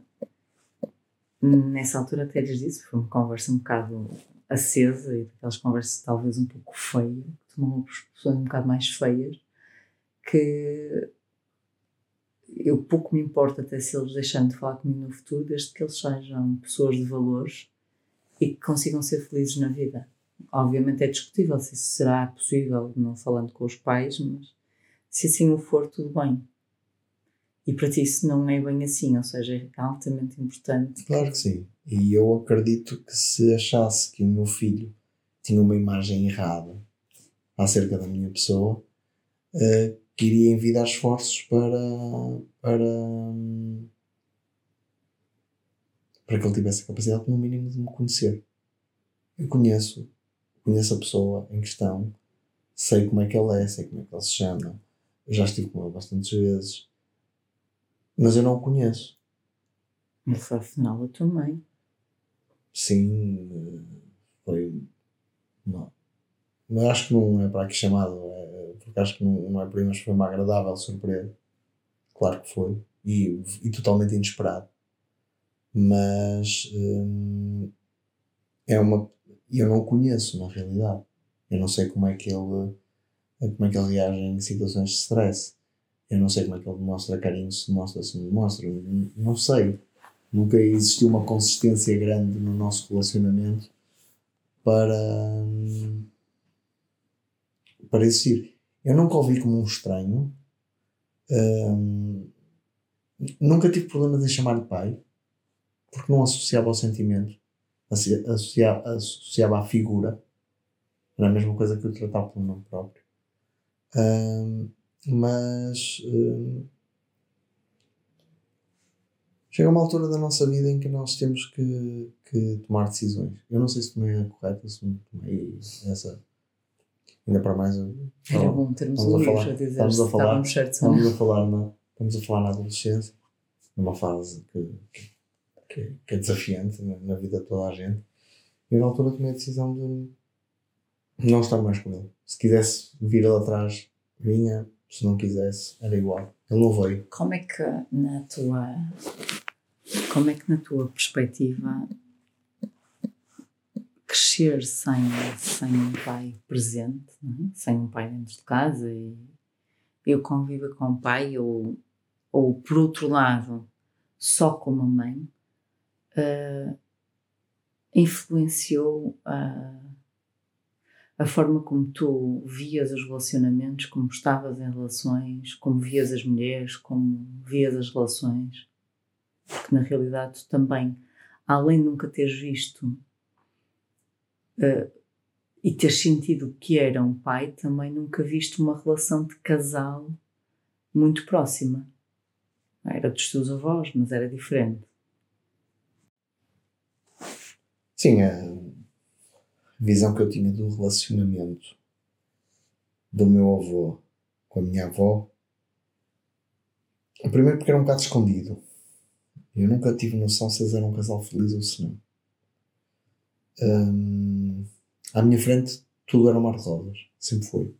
nessa altura até lhes disse, foi uma conversa um bocado acesa e daquelas conversas talvez um pouco feias, que tomam expressões um bocado mais feias, que eu pouco me importa até se eles deixarem de falar comigo no futuro, desde que eles sejam pessoas de valores e que consigam ser felizes na vida. Obviamente é discutível se isso será possível, não falando com os pais, mas se assim o for, tudo bem. E para ti isso não é bem assim, ou seja, é altamente importante. Claro que sim. E eu acredito que se achasse que o meu filho tinha uma imagem errada acerca da minha pessoa, uh, que iria envidar esforços para, para, um, para que ele tivesse a capacidade, no mínimo, de me conhecer. Eu conheço, conheço a pessoa em questão, sei como é que ele é, sei como é que ele se chama, eu já estive com ele bastantes vezes, mas eu não o conheço. Mas foi afinal a tua mãe. Sim, foi. Não. Mas acho que não é para aqui chamado, é, porque acho que não, não é por aí, mas foi uma agradável surpresa. Claro que foi. E, e totalmente inesperado. Mas hum, é uma. Eu não o conheço, na realidade. Eu não sei como é que ele. Como é que ele reage em situações de stress. Eu não sei como é que ele demonstra carinho, se demonstra, se não demonstra. Não, não sei. Nunca existiu uma consistência grande no nosso relacionamento para, para existir. Eu nunca o vi como um estranho. Hum, nunca tive problemas em chamar-lhe pai, porque não associava ao sentimento, associava, associava à figura. Era a mesma coisa que eu tratava pelo nome próprio. Hum, mas... Hum, chega uma altura da nossa vida em que nós temos que, que tomar decisões. Eu não sei se tomei a correta, se não tomei essa. Ainda para mais. Era oh, bom termos um livro a dizer estamos a falar, estávamos certos ou não. Estamos a falar na, estamos a falar na adolescência, numa fase que, que, que é desafiante na, na vida de toda a gente. E na altura tomei a decisão de não estar mais com ele. Se quisesse vir lá atrás, vinha. Se não quisesse, era igual. Ele não veio. Como é que na tua, como é que na tua perspectiva crescer sem, sem um pai presente, não é? Sem um pai dentro de casa e eu convivo com o pai ou, ou por outro lado só com a mãe, uh, influenciou a a forma como tu vias os relacionamentos, como estavas em relações, como vias as mulheres, como vias as relações. Porque na realidade tu também, além de nunca teres visto uh, e teres sentido o que era um pai, também nunca viste uma relação de casal muito próxima. Era dos teus avós, mas era diferente. Sim, é... A visão que eu tinha do relacionamento do meu avô com a minha avó, primeiro porque era um bocado escondido. Eu nunca tive noção se eles eram um casal feliz ou se não. Hum, à minha frente tudo era mar de rosas, sempre foi.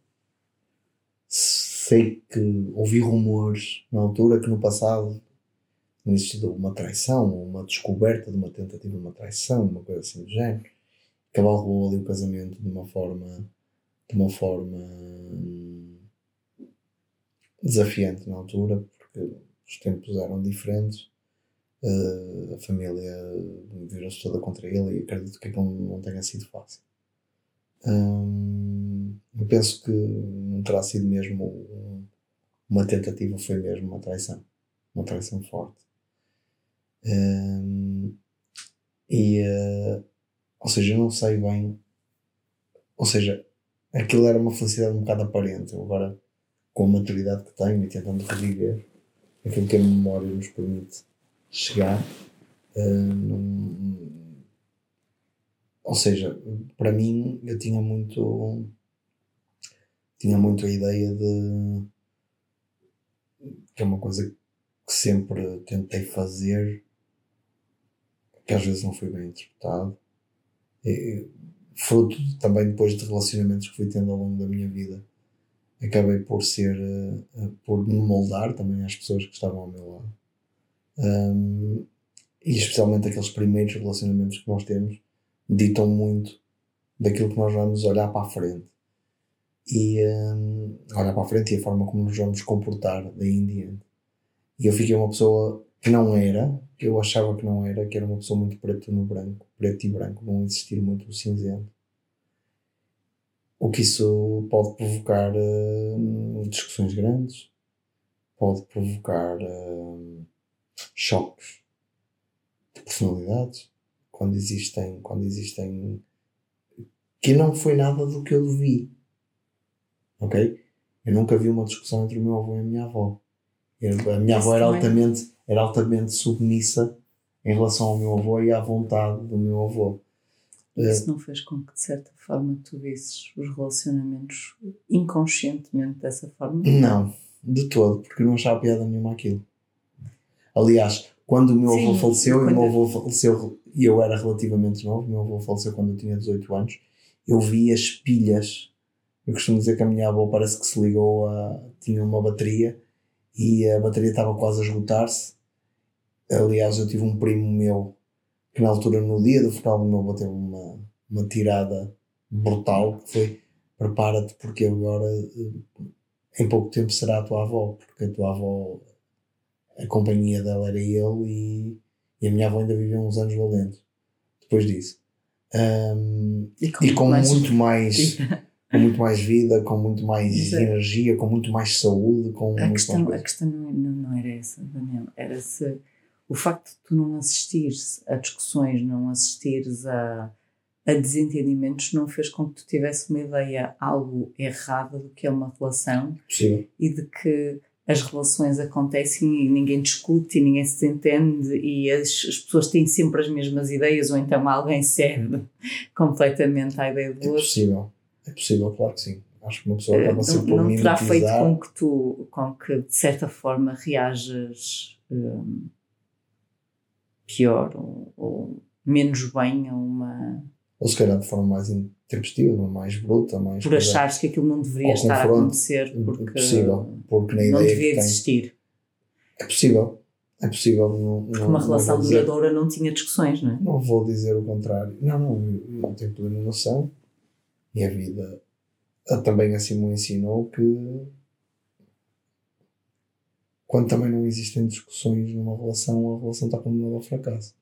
Sei que ouvi rumores na altura que no passado tinha existido uma traição, ou uma descoberta de uma tentativa de uma traição, uma coisa assim do género. Que abalou ali o casamento de uma forma de uma forma hum, desafiante na altura, porque os tempos eram diferentes, uh, a família virou-se toda contra ele e acredito que aquilo não tenha sido fácil. Hum, eu penso que não terá sido mesmo um, uma tentativa, foi mesmo uma traição, uma traição forte. Hum, e uh, Ou seja, eu não sei bem. Ou seja, aquilo era uma felicidade um bocado aparente. Eu agora, com a maturidade que tenho e tentando reviver aquilo que a memória nos permite chegar, uh, num... ou seja, para mim, eu tinha muito. Tinha muito a ideia de. Que é uma coisa que sempre tentei fazer, que às vezes não foi bem interpretado. E, fruto também depois de relacionamentos que fui tendo ao longo da minha vida, acabei por ser uh, por me moldar também às pessoas que estavam ao meu lado, um, e especialmente aqueles primeiros relacionamentos que nós temos ditam muito daquilo que nós vamos olhar para a frente e um, olhar para a frente e a forma como nos vamos comportar daí em diante. E eu fiquei uma pessoa que não era, que eu achava que não era, que era uma pessoa muito preto no branco, preto e branco, não existir muito o cinzento. O que isso pode provocar uh, discussões grandes, pode provocar uh, choques de personalidades, quando existem, quando existem, que não foi nada do que eu vi, ok? Eu nunca vi uma discussão entre o meu avô e a minha avó. Eu, a minha avó era altamente, era altamente submissa em relação ao meu avô e à vontade do meu avô. Isso não fez com que, de certa forma, tu visses os relacionamentos inconscientemente dessa forma? Não, de todo, porque eu não achava piada nenhuma aquilo. Aliás, quando o meu Sim, avô faleceu, e o meu avô faleceu, e eu era relativamente novo, o meu avô faleceu quando eu tinha dezoito anos, eu vi as pilhas. Eu costumo dizer que a minha avó parece que se ligou a... tinha uma bateria e a bateria estava quase a esgotar-se. Aliás, eu tive um primo meu que na altura, no dia do funeral do meu avô, teve uma, uma tirada brutal, que foi: prepara-te porque agora em pouco tempo será a tua avó, porque a tua avó, a companhia dela era ele e, e a minha avó ainda viveu uns anos valentes depois disso. Um, e com, e com mais muito mais com muito mais vida, com muito mais é, energia, com muito mais saúde, com a muito questão, mais a questão não, não, não era essa, Daniel, era se o facto de tu não assistires a discussões, não assistires a, a desentendimentos, não fez com que tu tivesse uma ideia algo errada do que é uma relação. Sim. E de que as relações acontecem e ninguém discute e ninguém se entende e as, as pessoas têm sempre as mesmas ideias ou então alguém cede completamente à ideia do É outro. possível, é possível, claro que sim. Acho que uma pessoa acaba Uh, sempre não, por não terá feito mimetizar. com que tu, com que de certa forma reajas um, pior ou, ou menos bem a uma... Ou se calhar de forma mais intempestiva, mais bruta, mais... Por achares que aquilo não deveria estar a acontecer porque, é possível, porque na não ideia devia que tem, existir. É possível, é possível. Não, Porque não, uma não relação vou dizer, duradoura não tinha discussões, não é? não vou dizer o contrário. Não, não, eu, eu tenho plena noção. E a vida também assim me ensinou que quando também não existem discussões numa relação, a relação está condenada ao fracasso.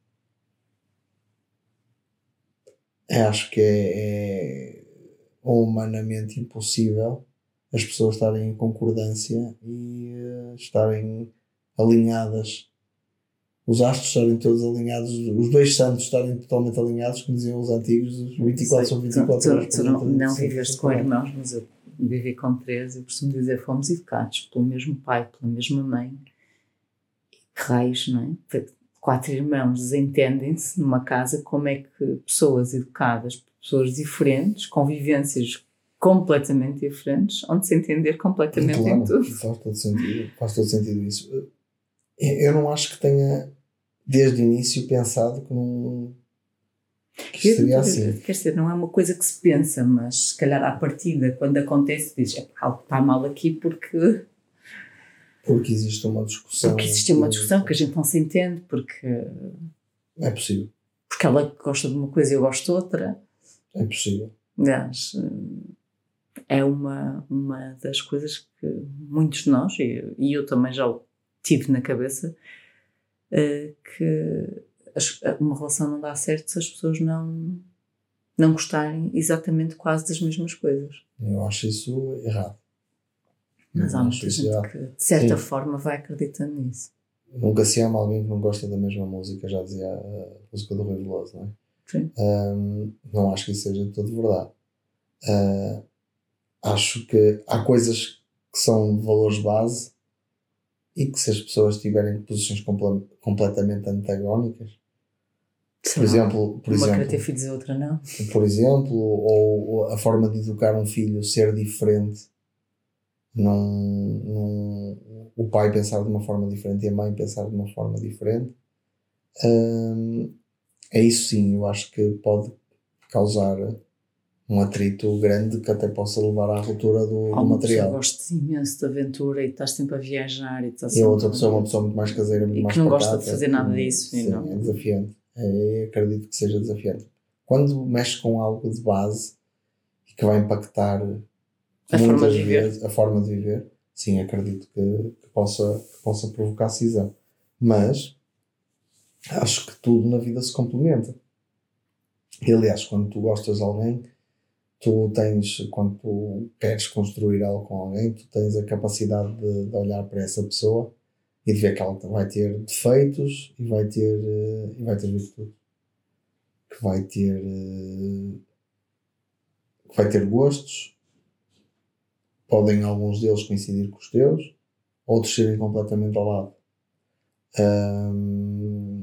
Eu acho que é, é humanamente impossível as pessoas estarem em concordância e uh, estarem alinhadas, os astros estarem todos alinhados, os dois santos estarem totalmente alinhados, como diziam os antigos, os vinte e quatro são vinte e quatro tu, horas tu, por tu não, dia, não viveste com irmãos, mas eu vivi com três e costumo dizer fomos educados pelo mesmo pai, pela mesma mãe. Que raios, não é? Quatro irmãos desentendem-se numa casa, como é que pessoas educadas, pessoas diferentes, convivências completamente diferentes, onde se entender completamente claro, em tudo. faz todo sentido, faz todo sentido isso. Eu não acho que tenha desde o início pensado que não que isto seria assim. Quer dizer, não é uma coisa que se pensa, mas se calhar à partida, quando acontece, dizes, é, algo está mal aqui porque... Porque existe uma discussão. Porque existe uma discussão que a gente não se entende, porque... É possível. Porque ela gosta de uma coisa e eu gosto de outra. É possível. Aliás, é uma, uma das coisas que muitos de nós, e, e eu também já o tive na cabeça, que uma relação não dá certo se as pessoas não, não gostarem exatamente quase das mesmas coisas. Eu acho isso errado. Mas há muita gente que, de certa Sim. forma, vai acreditando nisso. Nunca se ama alguém que não gosta da mesma música, já dizia a música do Rui Veloso, não é? Sim. Um, não acho que isso seja de todo verdade. Uh, acho que há coisas que são valores base e que se as pessoas tiverem posições comple- completamente antagónicas, Sim, por exemplo, por uma exemplo, quer ter filhos e a outra não. Por exemplo, ou, ou a forma de educar um filho ser diferente, não, não, o pai pensar de uma forma diferente e a mãe pensar de uma forma diferente, hum, é isso sim, eu acho que pode causar um atrito grande que até possa levar à ruptura do, do material. Eu gosto imenso de aventura e estás sempre a viajar e, estás e a outra sempre... pessoa é uma pessoa muito mais caseira, muito e mais que não pacata, gosta de fazer nada disso. Sim, e não... é desafiante. É, acredito que seja desafiante. Quando mexes com algo de base e que vai impactar a forma de vezes viver. a forma de viver, sim, acredito que, que, possa, que possa provocar cisão. Mas acho que tudo na vida se complementa. E, aliás, quando tu gostas de alguém, tu tens, quando tu queres construir algo com alguém, tu tens a capacidade de, de olhar para essa pessoa e de ver que ela vai ter defeitos e vai ter, uh, e vai ter virtude. Que vai ter, uh, que vai ter gostos. Podem alguns deles coincidir com os teus, outros serem completamente ao lado. Hum,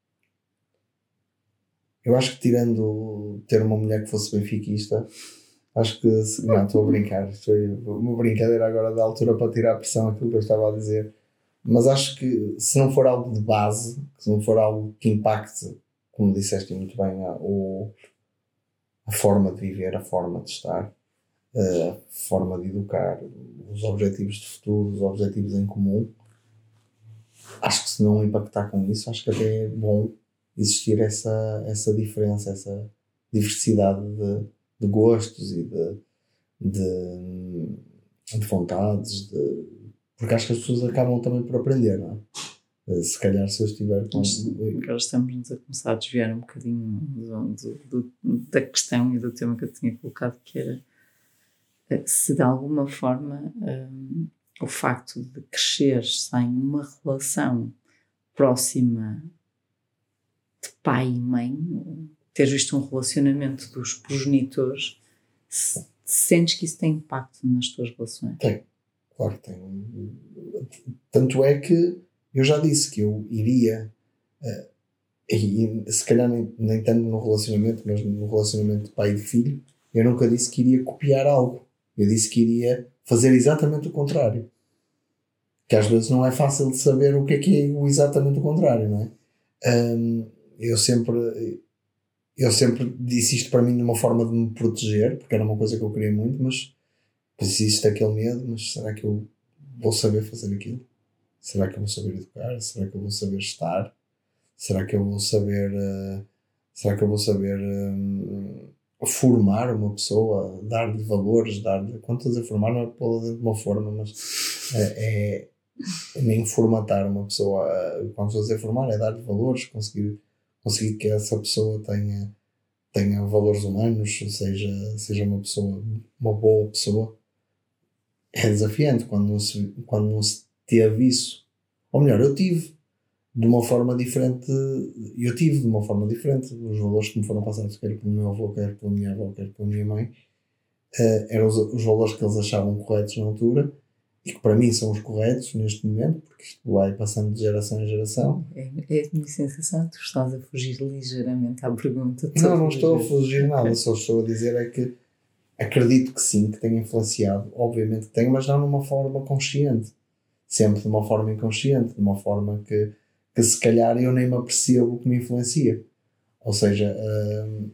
eu acho que tirando ter uma mulher que fosse benfiquista, acho que, não, estou a brincar, foi uma brincadeira agora da altura para tirar a pressão aquilo que eu estava a dizer, mas acho que se não for algo de base, se não for algo que impacte, como disseste muito bem, a, o, a forma de viver, a forma de estar, a forma de educar, os objetivos de futuro, os objetivos em comum, acho que se não impactar com isso, acho que até é bom existir essa, essa diferença, essa diversidade de, de gostos e de, de, de vontades, de, porque acho que as pessoas acabam também por aprender, não é? Se calhar se eu estiver com... Agora estamos a começar a desviar um bocadinho do, do, do, da questão e do tema que eu tinha colocado, que era se de alguma forma um, o facto de crescer sem uma relação próxima de pai e mãe, teres visto um relacionamento dos progenitores, se, sentes que isso tem impacto nas tuas relações? Tem, claro que tem. Tanto é que eu já disse que eu iria, uh, e, e se calhar nem, nem tanto no relacionamento, mas no relacionamento de pai e de filho, eu nunca disse que iria copiar algo. Eu disse que iria fazer exatamente o contrário. Que às vezes não é fácil de saber o que é que é o exatamente o contrário, não é? Um, eu sempre eu sempre disse isto para mim de uma forma de me proteger, porque era uma coisa que eu queria muito, mas existe aquele medo, mas será que eu vou saber fazer aquilo? Será que eu vou saber educar? Será que eu vou saber estar? Será que eu vou saber uh, será que eu vou saber um, formar uma pessoa, dar-lhe valores, dar-lhe, quando estou a dizer formar não é pô-la dentro de uma forma, mas é, é nem formatar uma pessoa. Quando estou a dizer formar é dar-lhe valores, conseguir, conseguir que essa pessoa tenha, tenha valores humanos, seja, seja uma pessoa, uma boa pessoa. É desafiante quando não se, quando não se teve isso. Ou melhor, eu tive de uma forma diferente, eu tive de uma forma diferente os valores que me foram passados, quer pelo meu avô, quer pela minha avó, quer pela minha mãe, uh, eram os, os valores que eles achavam corretos na altura e que para mim são os corretos neste momento, porque isto vai passando de geração em geração. É, é a minha sensação, tu estás a fugir ligeiramente à pergunta. Não, não estou a fugir nada, só estou a dizer é que acredito que sim, que tenha influenciado, obviamente que tenho, mas não de uma forma consciente, sempre de uma forma inconsciente, de uma forma que que se calhar eu nem me apercebo que me influencia. Ou seja, hum,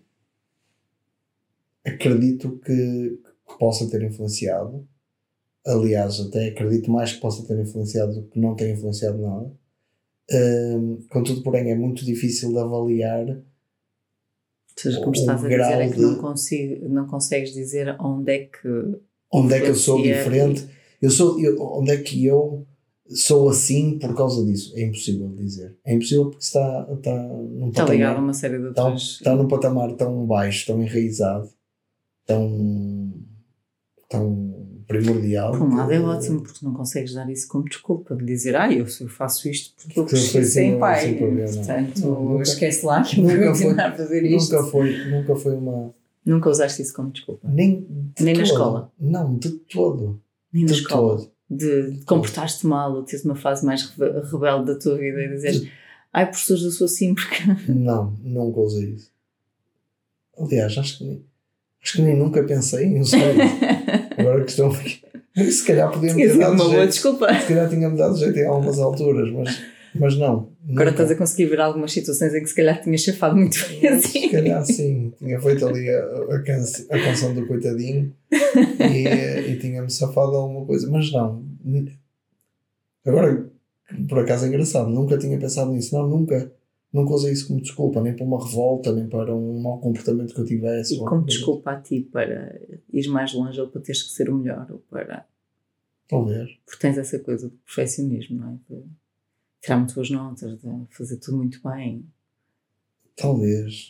acredito que, que possa ter influenciado. Aliás, até acredito mais que possa ter influenciado do que não ter influenciado nada. Hum, contudo, porém, é muito difícil de avaliar. Ou seja, como estás a dizer, é que não, consigo, não consegues dizer onde é que... Onde é que eu sou diferente. E... Eu sou, eu, onde é que eu... sou assim por causa disso. É impossível dizer. É impossível porque está, está num está patamar, ligado a uma série de outras... Está, está num patamar tão baixo, tão enraizado, tão, tão primordial. Por um lado que, é ótimo, porque não consegues dar isso como desculpa, de dizer, ah, eu, eu faço isto porque eu cresci sem pai. Portanto, não, nunca, esquece lá que eu vou continuar a fazer isto. Nunca foi, nunca foi uma... Nunca usaste isso como desculpa? Nem, de Nem todo. na escola? Não, de todo. Nem de na escola? Todo. De, de comportar-te mal, ou teres uma fase mais rebelde da tua vida e dizeres, ai, professores, eu sou assim porque... Não, nunca usei isso. Aliás, acho que nem, acho que nem nunca pensei em usar isso. Agora a questão é que se calhar podia-me ter dado uma jeito. boa desculpa. Se calhar tinha-me dado jeito em algumas alturas, mas, mas não. Agora nunca. Estás a conseguir ver algumas situações em que se calhar tinhas chafado muito bem assim. Se calhar sim. Tinha feito ali a, a, canção, a canção do coitadinho e, e tinha-me safado alguma coisa, mas não. Agora, por acaso é engraçado, nunca tinha pensado nisso. Não, nunca. Nunca usei isso como desculpa, nem para uma revolta, nem para um mau comportamento que eu tivesse. E como desculpa a ti para ir mais longe ou para teres que ser o melhor, ou para... Talvez. Porque tens essa coisa do perfeccionismo, não é? De tirar muito boas notas, de fazer tudo muito bem. Talvez.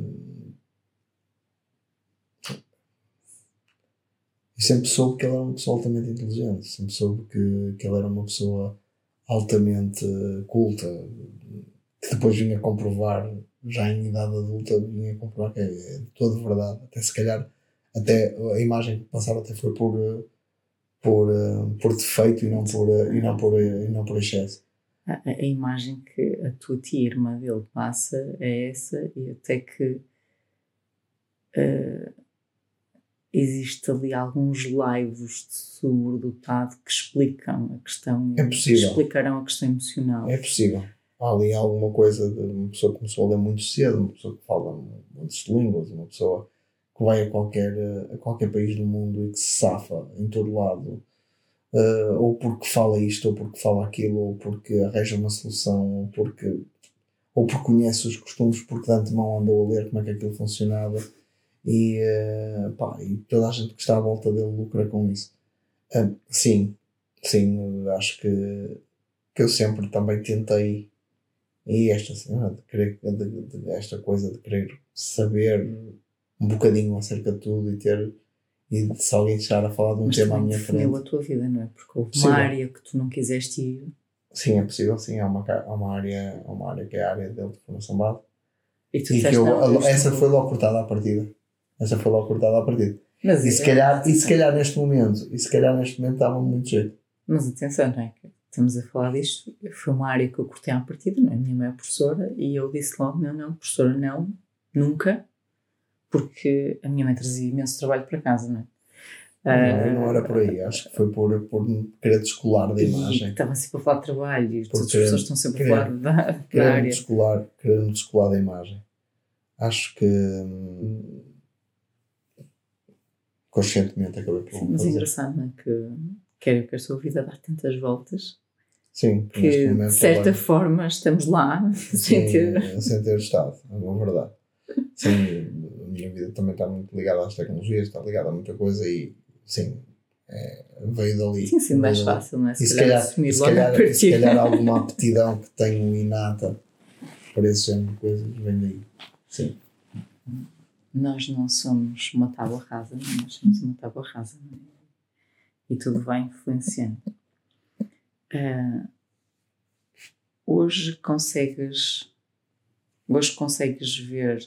Eu sempre soube que ele era uma pessoa altamente inteligente. Sempre soube que, que ele era uma pessoa altamente culta. Que depois vinha comprovar, já em idade adulta, vinha comprovar que é, é toda verdade. Até se calhar, até a imagem que passaram até foi por, por, por defeito e não por, e não por, e não por excesso. A, a imagem que a tua tia irmã dele passa é essa, e até que uh, existe ali alguns lives de sobredotado que explicam a questão, é possível. Que explicarão a questão emocional. É possível. Há ali alguma coisa de uma pessoa que começou a ler muito cedo, uma pessoa que fala muitas línguas, uma pessoa que vai a qualquer, a qualquer país do mundo e que se safa em todo lado, uh, ou porque fala isto, ou porque fala aquilo, ou porque arranja uma solução, ou porque, ou porque conhece os costumes, porque de antemão andou a ler como é que aquilo funcionava, e, uh, pá, e toda a gente que está à volta dele lucra com isso. Uh, sim, sim, acho que, que eu sempre também tentei. E esta cena de querer, de, de, esta coisa de querer saber um bocadinho acerca de tudo e ter, e de, se alguém chegar a falar de um Mas tema à minha frente. Mas a tua vida, não é? Porque houve uma área que tu não quiseste ir. Sim, é possível, sim. Há uma, há uma, área, há uma área que é a área dele de formação base. E tu e disseste, que eu, não, a, essa foi logo cortada à partida. Essa foi logo cortada à partida. Mas e, se calhar, e se calhar neste momento, e se calhar neste momento dava muito jeito. Mas atenção, não é? Estamos a falar disto, foi uma área que eu cortei à partida, não é? A minha mãe é professora e eu disse logo, não, não, professora não, nunca, porque a minha mãe trazia imenso trabalho para casa, não é? Não, não era por aí, acho que foi por, por querer descolar da imagem. Estava sempre a falar de trabalho e todas as querer- pessoas estão sempre querer- a falar da, da Querer área. descolar, querer descolar da imagem. Acho que hum, conscientemente acabei por Sim, mas é fazer. engraçado, não é? Que quero que a sua vida dá tantas voltas Sim, que neste momento de certa agora- forma estamos lá Sim, sem ter. eh, sem ter estado, é uma verdade. Sim, a minha vida também está muito ligada às tecnologias, está ligada a muita coisa e sim, é, veio dali. Sim, sim, mais veio dali. fácil, não é? E Se se calhar calhar, assumir e se logo à calhar, e se partida. calhar alguma aptidão que tenho inata para esse género de coisas vem daí. Sim. Nós não somos uma tábua rasa, nós somos uma tábua rasa, não é? E tudo vai influenciando. Ah, hoje consegues hoje consegues ver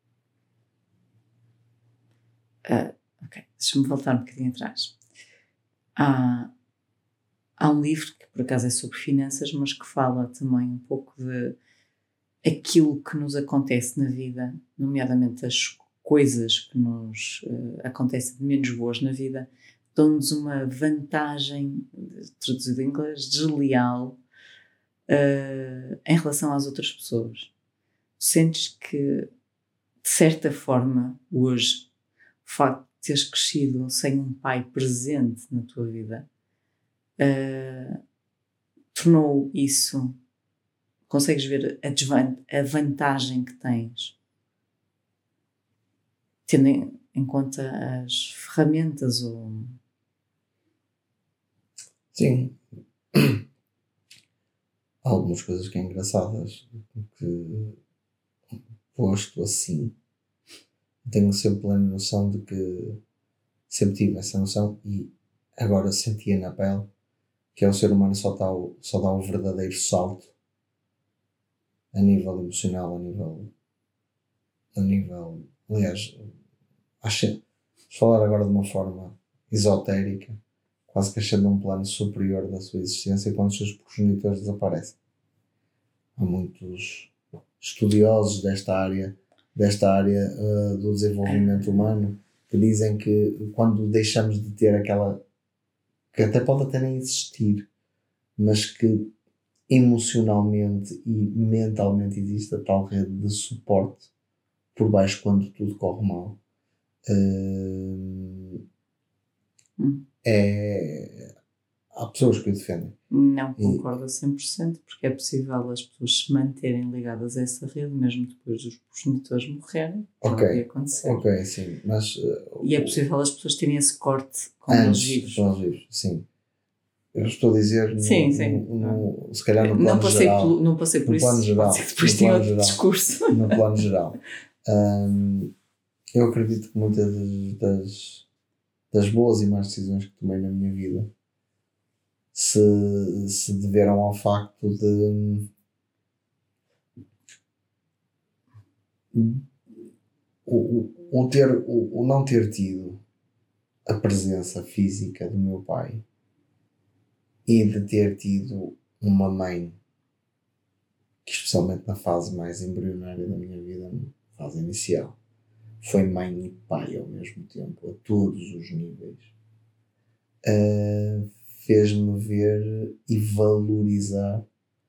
ah, ok, deixa-me voltar um bocadinho atrás. Há, há um livro que por acaso é sobre finanças, mas que fala também um pouco de aquilo que nos acontece na vida, nomeadamente as coisas que nos uh, acontecem de menos boas na vida, dão-nos uma vantagem, traduzido em inglês, desleal uh, em relação às outras pessoas. Sentes que, de certa forma, hoje, o facto de teres crescido sem um pai presente na tua vida uh, tornou isso. Consegues ver a, desvan- a vantagem que tens, tendo em, em conta as ferramentas ou... Sim. Há algumas coisas que é engraçadas, que posto assim, tenho sempre plena noção de que sempre tive essa noção e agora sentia na pele que é o ser humano só dá o, só dá o verdadeiro salto a nível emocional, a nível a nível, aliás, acho, falar agora de uma forma esotérica, quase que achando um plano superior da sua existência quando os seus progenitores desaparecem. Há muitos estudiosos desta área, desta área uh, do desenvolvimento humano que dizem que quando deixamos de ter aquela, que até pode até nem existir, mas que emocionalmente e mentalmente existe a tal rede de suporte por baixo quando tudo corre mal. Uh, hum. é, há pessoas que o defendem. Não concordo a cem por cento, porque é possível as pessoas se manterem ligadas a essa rede mesmo depois dos progenitores morrerem, que Ok, pode acontecer. ok, sim, mas uh, E é possível as pessoas terem esse corte com antes eles vivos. com eles vivos, sim. Eu estou a dizer, no, Sim, sim. no, no, se calhar no plano Não passei geral. por, não passei por no isso, plano geral, pode ser que depois no tenha plano outro geral. discurso. No plano geral. Um, eu acredito que muitas das, das boas e más decisões que tomei na minha vida se, se deveram ao facto de o, o, o, ter, o, o não ter tido a presença física do meu pai e de ter tido uma mãe que, especialmente na fase mais embrionária da minha vida, na fase inicial, foi mãe e pai ao mesmo tempo, a todos os níveis, uh, fez-me ver e valorizar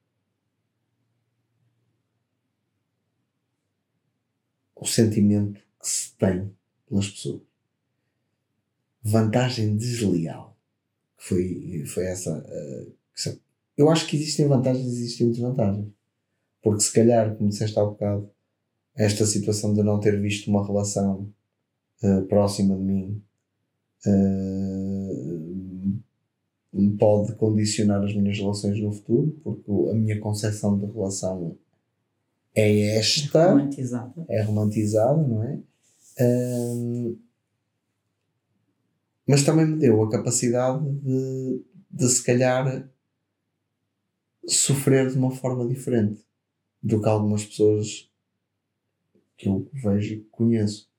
o sentimento que se tem pelas pessoas. Vantagem desleal, que foi, foi essa uh, questão. Eu acho que existem vantagens e existem desvantagens, porque se calhar, como disseste há bocado, esta situação de não ter visto uma relação uh, próxima de mim uh, pode condicionar as minhas relações no futuro, porque a minha concepção de relação é esta, É romantizada, é romantizada, não é? Uh, mas também me deu a capacidade de, de se calhar sofrer de uma forma diferente do que algumas pessoas que eu vejo e conheço.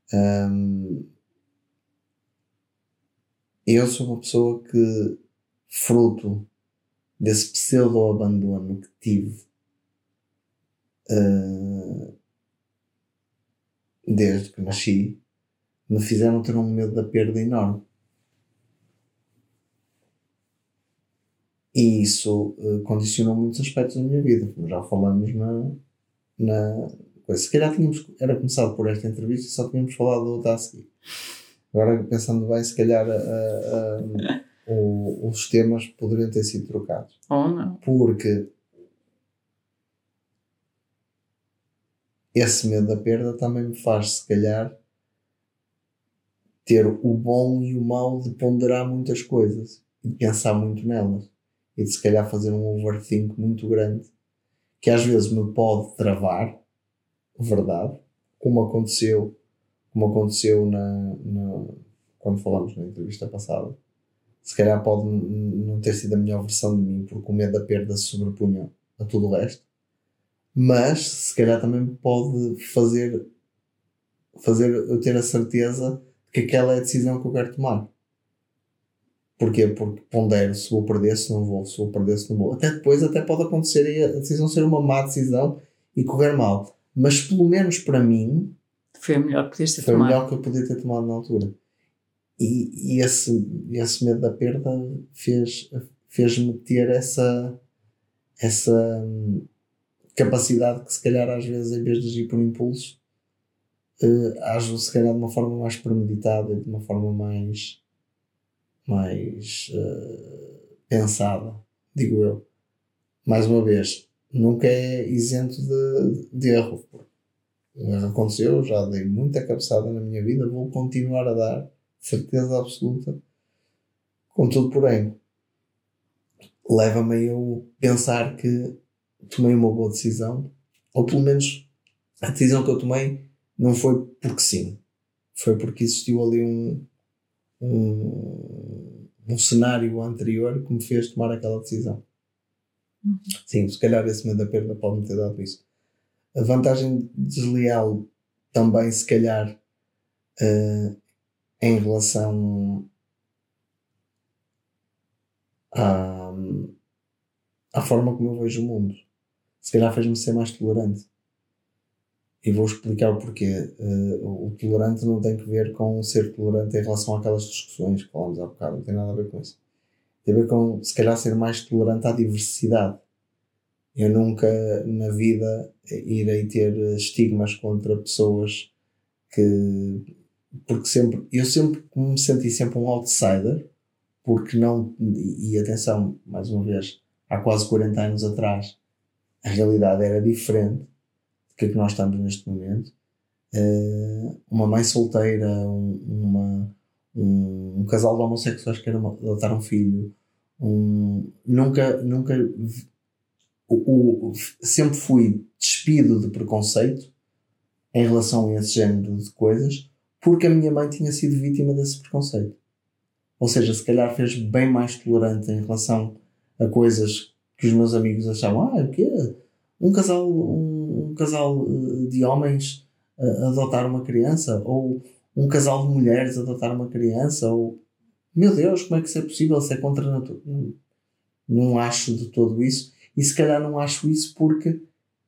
Um, eu sou uma pessoa que fruto desse pseudo-abandono que tive uh, desde que nasci, me fizeram ter um medo da perda enorme. E isso uh, condicionou muitos aspectos da minha vida, como já falamos na, na coisa. Se calhar tínhamos, era começado por esta entrevista e só tínhamos falado da outra a seguir. Agora, pensando bem, se calhar uh, uh, o, os temas poderiam ter sido trocados. Ou não. Porque esse medo da perda também me faz, se calhar, ter o bom e o mau de ponderar muitas coisas e de pensar muito nelas. E de, se calhar, fazer um overthink muito grande, que às vezes me pode travar, verdade, como aconteceu como aconteceu na, na, quando falamos na entrevista passada. Se calhar pode n- não ter sido a melhor versão de mim, porque o medo da perda se sobrepunha a tudo o resto, mas se calhar também pode fazer, fazer eu ter a certeza de que aquela é a decisão que eu quero tomar. Porquê? Porque pondero se vou perder, se não vou, se vou perder, se não vou. Até depois até pode acontecer e a decisão ser uma má decisão e correr mal. Mas pelo menos para mim, foi a melhor que podias ter foi tomado. o melhor que eu podia ter tomado na altura. E, e esse, esse medo da perda fez, fez-me ter essa, essa hum, capacidade que se calhar às vezes, em vez de agir por impulso, uh, ajo se calhar de uma forma mais premeditada e de uma forma mais, mais uh, pensada, digo eu. Mais uma vez, nunca é isento de, de erro. Aconteceu, já dei muita cabeçada na minha vida, vou continuar a dar, certeza absoluta. Contudo, porém, leva-me a eu pensar que tomei uma boa decisão, ou pelo menos a decisão que eu tomei não foi porque sim, foi porque existiu ali um, um, um cenário anterior que me fez tomar aquela decisão. Uhum. Sim, se calhar esse medo da perda pode-me ter dado isso. A vantagem desleal também, se calhar, uh, em relação à, à forma como eu vejo o mundo. Se calhar fez-me ser mais tolerante. E vou explicar o porquê. Uh, o tolerante não tem que ver com ser tolerante em relação àquelas discussões que falámos há bocado. Não tem nada a ver com isso. Tem a ver com, se calhar, ser mais tolerante à diversidade. Eu nunca na vida irei ter estigmas contra pessoas que... Porque sempre... Eu sempre me senti sempre um outsider, porque não... E atenção, mais uma vez, há quase quarenta anos atrás, a realidade era diferente do que é que nós estamos neste momento. Uh, uma mãe solteira, um, uma, um, um casal de homossexuais que queiram adotar um filho, um, nunca... nunca O, o, sempre fui despido de preconceito em relação a esse género de coisas, porque a minha mãe tinha sido vítima desse preconceito. Ou seja, se calhar fez bem mais tolerante em relação a coisas que os meus amigos achavam, ah, o quê? Um casal, um, um casal de homens uh, adotar uma criança, ou um casal de mulheres adotar uma criança, ou meu Deus, como é que isso é possível? Isso é contra a natureza. Não, não acho de todo isso. E se calhar não acho isso porque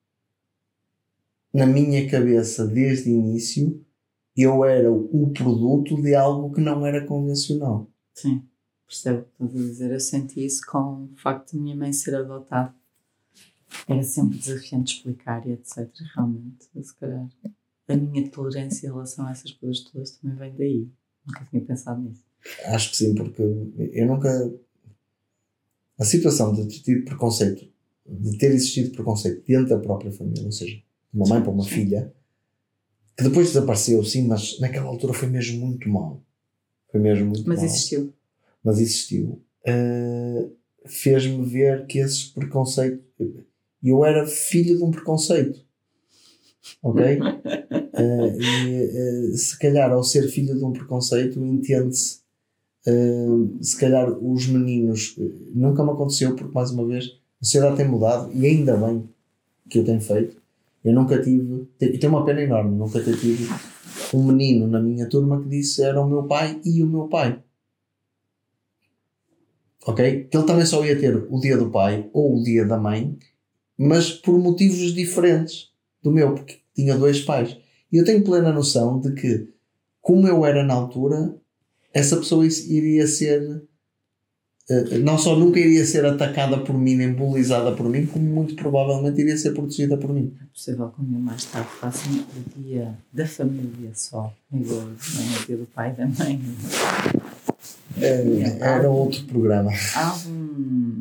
na minha cabeça, desde o início, eu era o produto de algo que não era convencional. Sim, percebo o que estás a dizer. Eu senti isso com o facto de minha mãe ser adotada. Era sempre desafiante explicar e etcétera. Realmente, se calhar, a minha tolerância em relação a essas coisas todas também vem daí. Nunca tinha pensado nisso. Acho que sim, porque eu nunca... A situação de ter tido preconceito, de ter existido preconceito dentro da própria família, ou seja, de uma mãe para uma sim. filha, que depois desapareceu, sim, mas naquela altura foi mesmo muito mal. Foi mesmo muito mas mal. existiu. Mas existiu. Uh, fez-me ver que esses preconceitos... Eu era filho de um preconceito. Ok? uh, e uh, se calhar ao ser filho de um preconceito entende-se uh, se calhar os meninos uh, nunca me aconteceu porque mais uma vez a sociedade tem mudado e ainda bem que eu tenho feito. Eu nunca tive, e tenho uma pena enorme nunca ter tido um menino na minha turma que disse era o meu pai e o meu pai. ok? Que ele também só ia ter o dia do pai ou o dia da mãe, mas por motivos diferentes do meu, porque tinha dois pais. E eu tenho plena noção de que, como eu era na altura, essa pessoa iria ser, uh, não só nunca iria ser atacada por mim, nem bullyingada por mim, como muito provavelmente iria ser protegida por mim. É possível que o meu mais tarde faça o dia da família só, não é o dia do pai e da mãe. É, era algum, outro programa. Algum,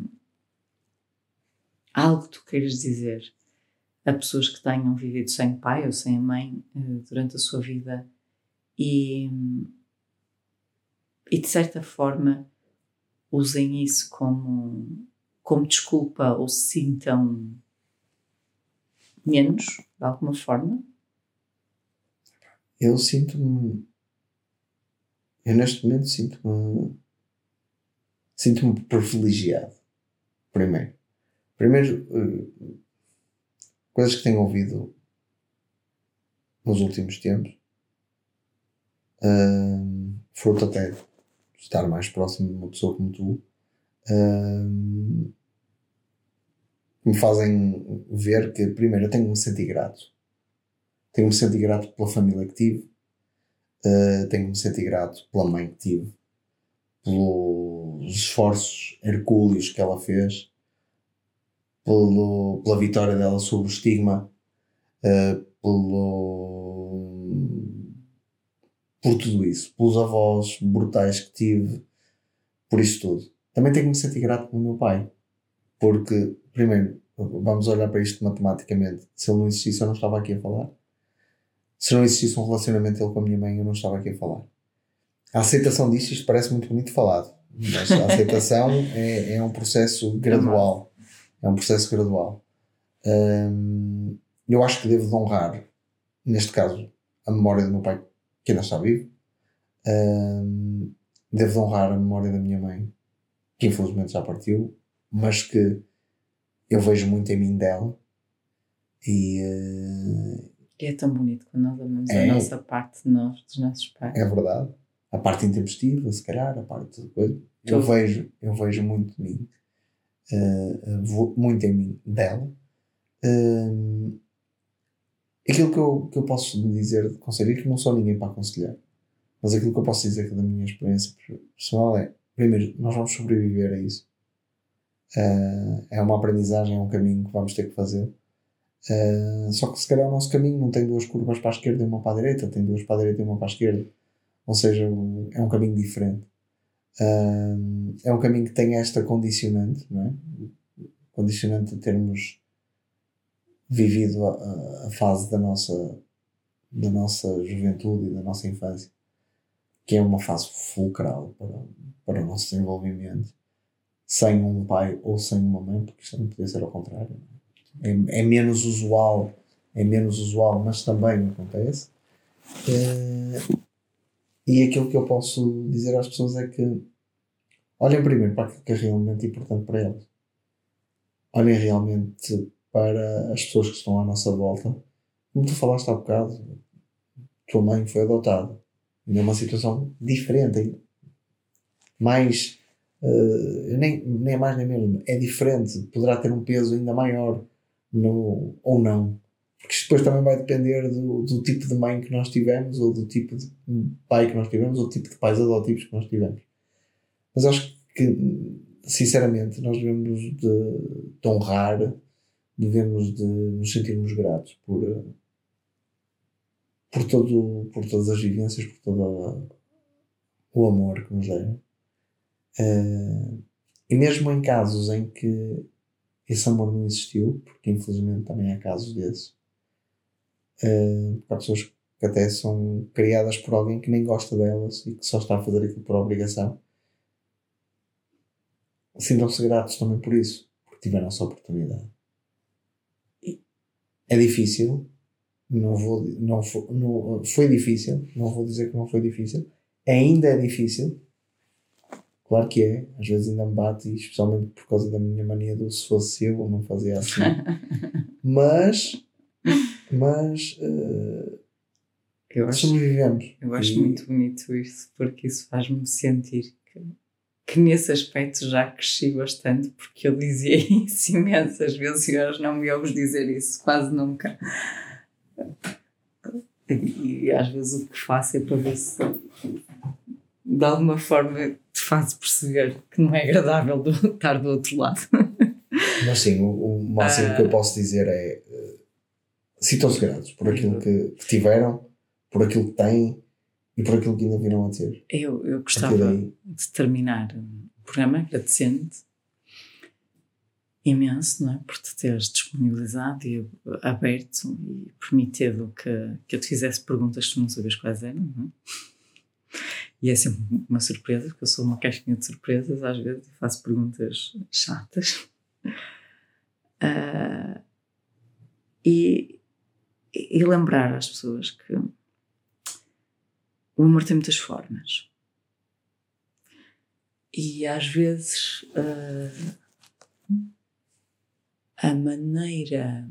algo que tu queiras dizer a pessoas que tenham vivido sem pai ou sem mãe uh, durante a sua vida e, e de certa forma usem isso como, como desculpa ou se sintam menos, de alguma forma? Eu sinto-me eu neste momento sinto-me sinto-me privilegiado. Primeiro primeiro uh, coisas que tenho ouvido nos últimos tempos, uh, fruto até de estar mais próximo de uma pessoa como tu, uh, me fazem ver que, primeiro, eu tenho que me sentir grato. Tenho que me sentir grato pela família que tive, uh, tenho que me sentir grato pela mãe que tive, pelos esforços hercúleos que ela fez, pelo, pela vitória dela sobre o estigma, uh, pelo, por tudo isso, pelos avós brutais que tive, por isso tudo. Também tenho que me sentir grato pelo meu pai, porque, primeiro, vamos olhar para isto matematicamente. Se ele não existisse, eu não estava aqui a falar. Se não existisse um relacionamento ele com a minha mãe, eu não estava aqui a falar. A aceitação disto, isto parece muito bonito falado, mas a aceitação é, é um processo gradual. É um processo gradual. Hum, eu acho que devo de honrar, neste caso, a memória do meu pai, que ainda está vivo. Hum, devo de honrar a memória da minha mãe, que infelizmente já partiu, mas que eu vejo muito em mim dela. E, uh, e é tão bonito quando nós amamos é, a nossa parte de nós, dos nossos pais. É verdade. A parte intempestiva, se calhar, a parte de coisa. Eu vejo, eu vejo muito de mim. Uh, muito em mim dela. Uh, aquilo que eu, que eu posso dizer de conselho, que não sou ninguém para aconselhar, mas aquilo que eu posso dizer da minha experiência pessoal é, primeiro, nós vamos sobreviver a isso. Uh, é uma aprendizagem, é um caminho que vamos ter que fazer. Uh, só que se calhar o nosso caminho não tem duas curvas para a esquerda e uma para a direita, tem duas para a direita e uma para a esquerda. Ou seja, é um caminho diferente. Uh, é um caminho que tem esta condicionante, não é? Condicionante de termos vivido a, a fase da nossa, da nossa juventude e da nossa infância, que é uma fase fulcral para, para o nosso desenvolvimento, sem um pai ou sem uma mãe, porque isto não podia ser ao contrário. É, é menos usual, é menos usual, mas também acontece. É, e aquilo que eu posso dizer às pessoas é que olhem primeiro para aquilo que é realmente importante para elas. Olhem realmente para as pessoas que estão à nossa volta. Como tu falaste há bocado, tua mãe foi adotada. E é uma situação diferente. Mais, uh, nem, nem mais nem menos. É diferente. Poderá ter um peso ainda maior. No, ou não. Porque isto depois também vai depender do, do tipo de mãe que nós tivemos, ou do tipo de pai que nós tivemos, ou do tipo de pais adotivos que nós tivemos. Mas acho que, sinceramente, nós devemos de, de honrar, devemos de nos sentirmos gratos por, por, todo, por todas as vivências, por todo o amor que nos deram. Uh, e mesmo em casos em que esse amor não existiu, porque infelizmente também há casos desses, uh, há pessoas que até são criadas por alguém que nem gosta delas e que só está a fazer aquilo por obrigação. Sintam-se gratos também por isso, porque tiveram essa oportunidade. E é difícil, não vou, não foi, não, foi difícil, não vou dizer que não foi difícil, ainda é difícil. Claro que é, às vezes ainda me bate, especialmente por causa da minha mania do se fosse eu, eu não fazia assim. mas, mas, uh, eu acho, sobrevivemos. Eu acho e... muito bonito isso, porque isso faz-me sentir que que nesse aspecto já cresci bastante, porque eu dizia isso imensas vezes e hoje não me ouves dizer isso, quase nunca. E, e às vezes o que faço é para ver se de alguma forma te faço perceber que não é agradável do, estar do outro lado. Mas sim, o, o máximo uh, que eu posso dizer é uh, sintam-se gratos por aquilo que, que tiveram, por aquilo que têm e por aquilo que ainda virão a ter. Eu, eu gostava de terminar o programa agradecendo-te imenso, não é? Por te teres disponibilizado e aberto e permitido que, que eu te fizesse perguntas que tu não sabias quais eram, não é? E é sempre uma surpresa, porque eu sou uma caixinha de surpresas às vezes e faço perguntas chatas. Uh, e, e lembrar às pessoas que o amor tem muitas formas e às vezes uh, a maneira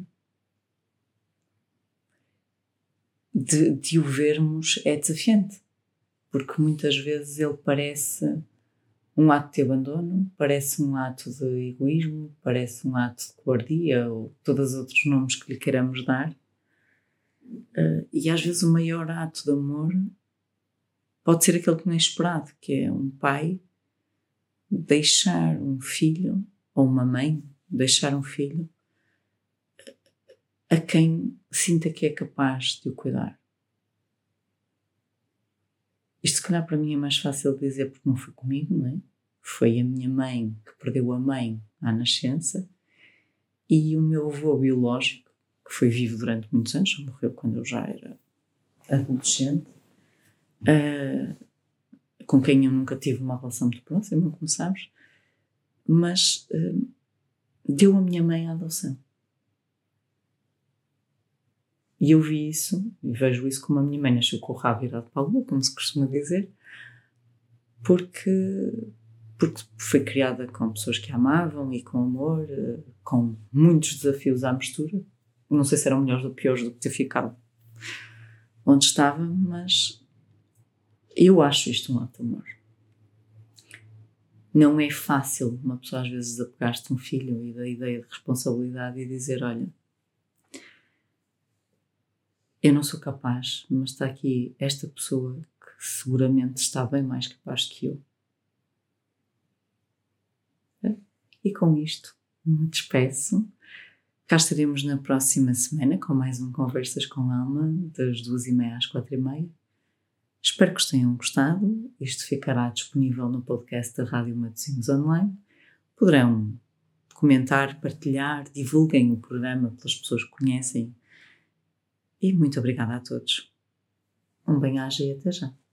de, de o vermos é desafiante, porque muitas vezes ele parece um ato de abandono, parece um ato de egoísmo, parece um ato de cobardia ou todos os outros nomes que lhe queiramos dar. Uh, e às vezes o maior ato de amor pode ser aquele que não é esperado, que é um pai deixar um filho, ou uma mãe deixar um filho a quem sinta que é capaz de o cuidar. Isto se calhar para mim é mais fácil de dizer porque não foi comigo, não é? Foi a minha mãe que perdeu a mãe à nascença e o meu avô biológico, que foi vivo durante muitos anos, morreu quando eu já era adolescente, uh, com quem eu nunca tive uma relação muito próxima, como sabes, mas uh, deu a minha mãe à adoção. E eu vi isso, e vejo isso como a minha mãe nasceu com o rabo virado para a lua, como se costuma dizer, porque, porque foi criada com pessoas que a amavam e com amor, com muitos desafios à mistura. Não sei se eram melhores ou piores do que ter ficado onde estava, mas eu acho isto um ato de amor. Não é fácil uma pessoa às vezes desapegar-se de um filho e da ideia de responsabilidade e dizer, olha, eu não sou capaz, mas está aqui esta pessoa que seguramente está bem mais capaz que eu. E com isto me despeço. Cá estaremos na próxima semana com mais um Conversas com Alma, das duas e meia às quatro e meia. Espero que tenham gostado. Isto ficará disponível no podcast da Rádio Matosinhos Online. Poderão comentar, partilhar, divulguem o programa pelas pessoas que conhecem. E muito obrigada a todos. Um bem-aja e até já.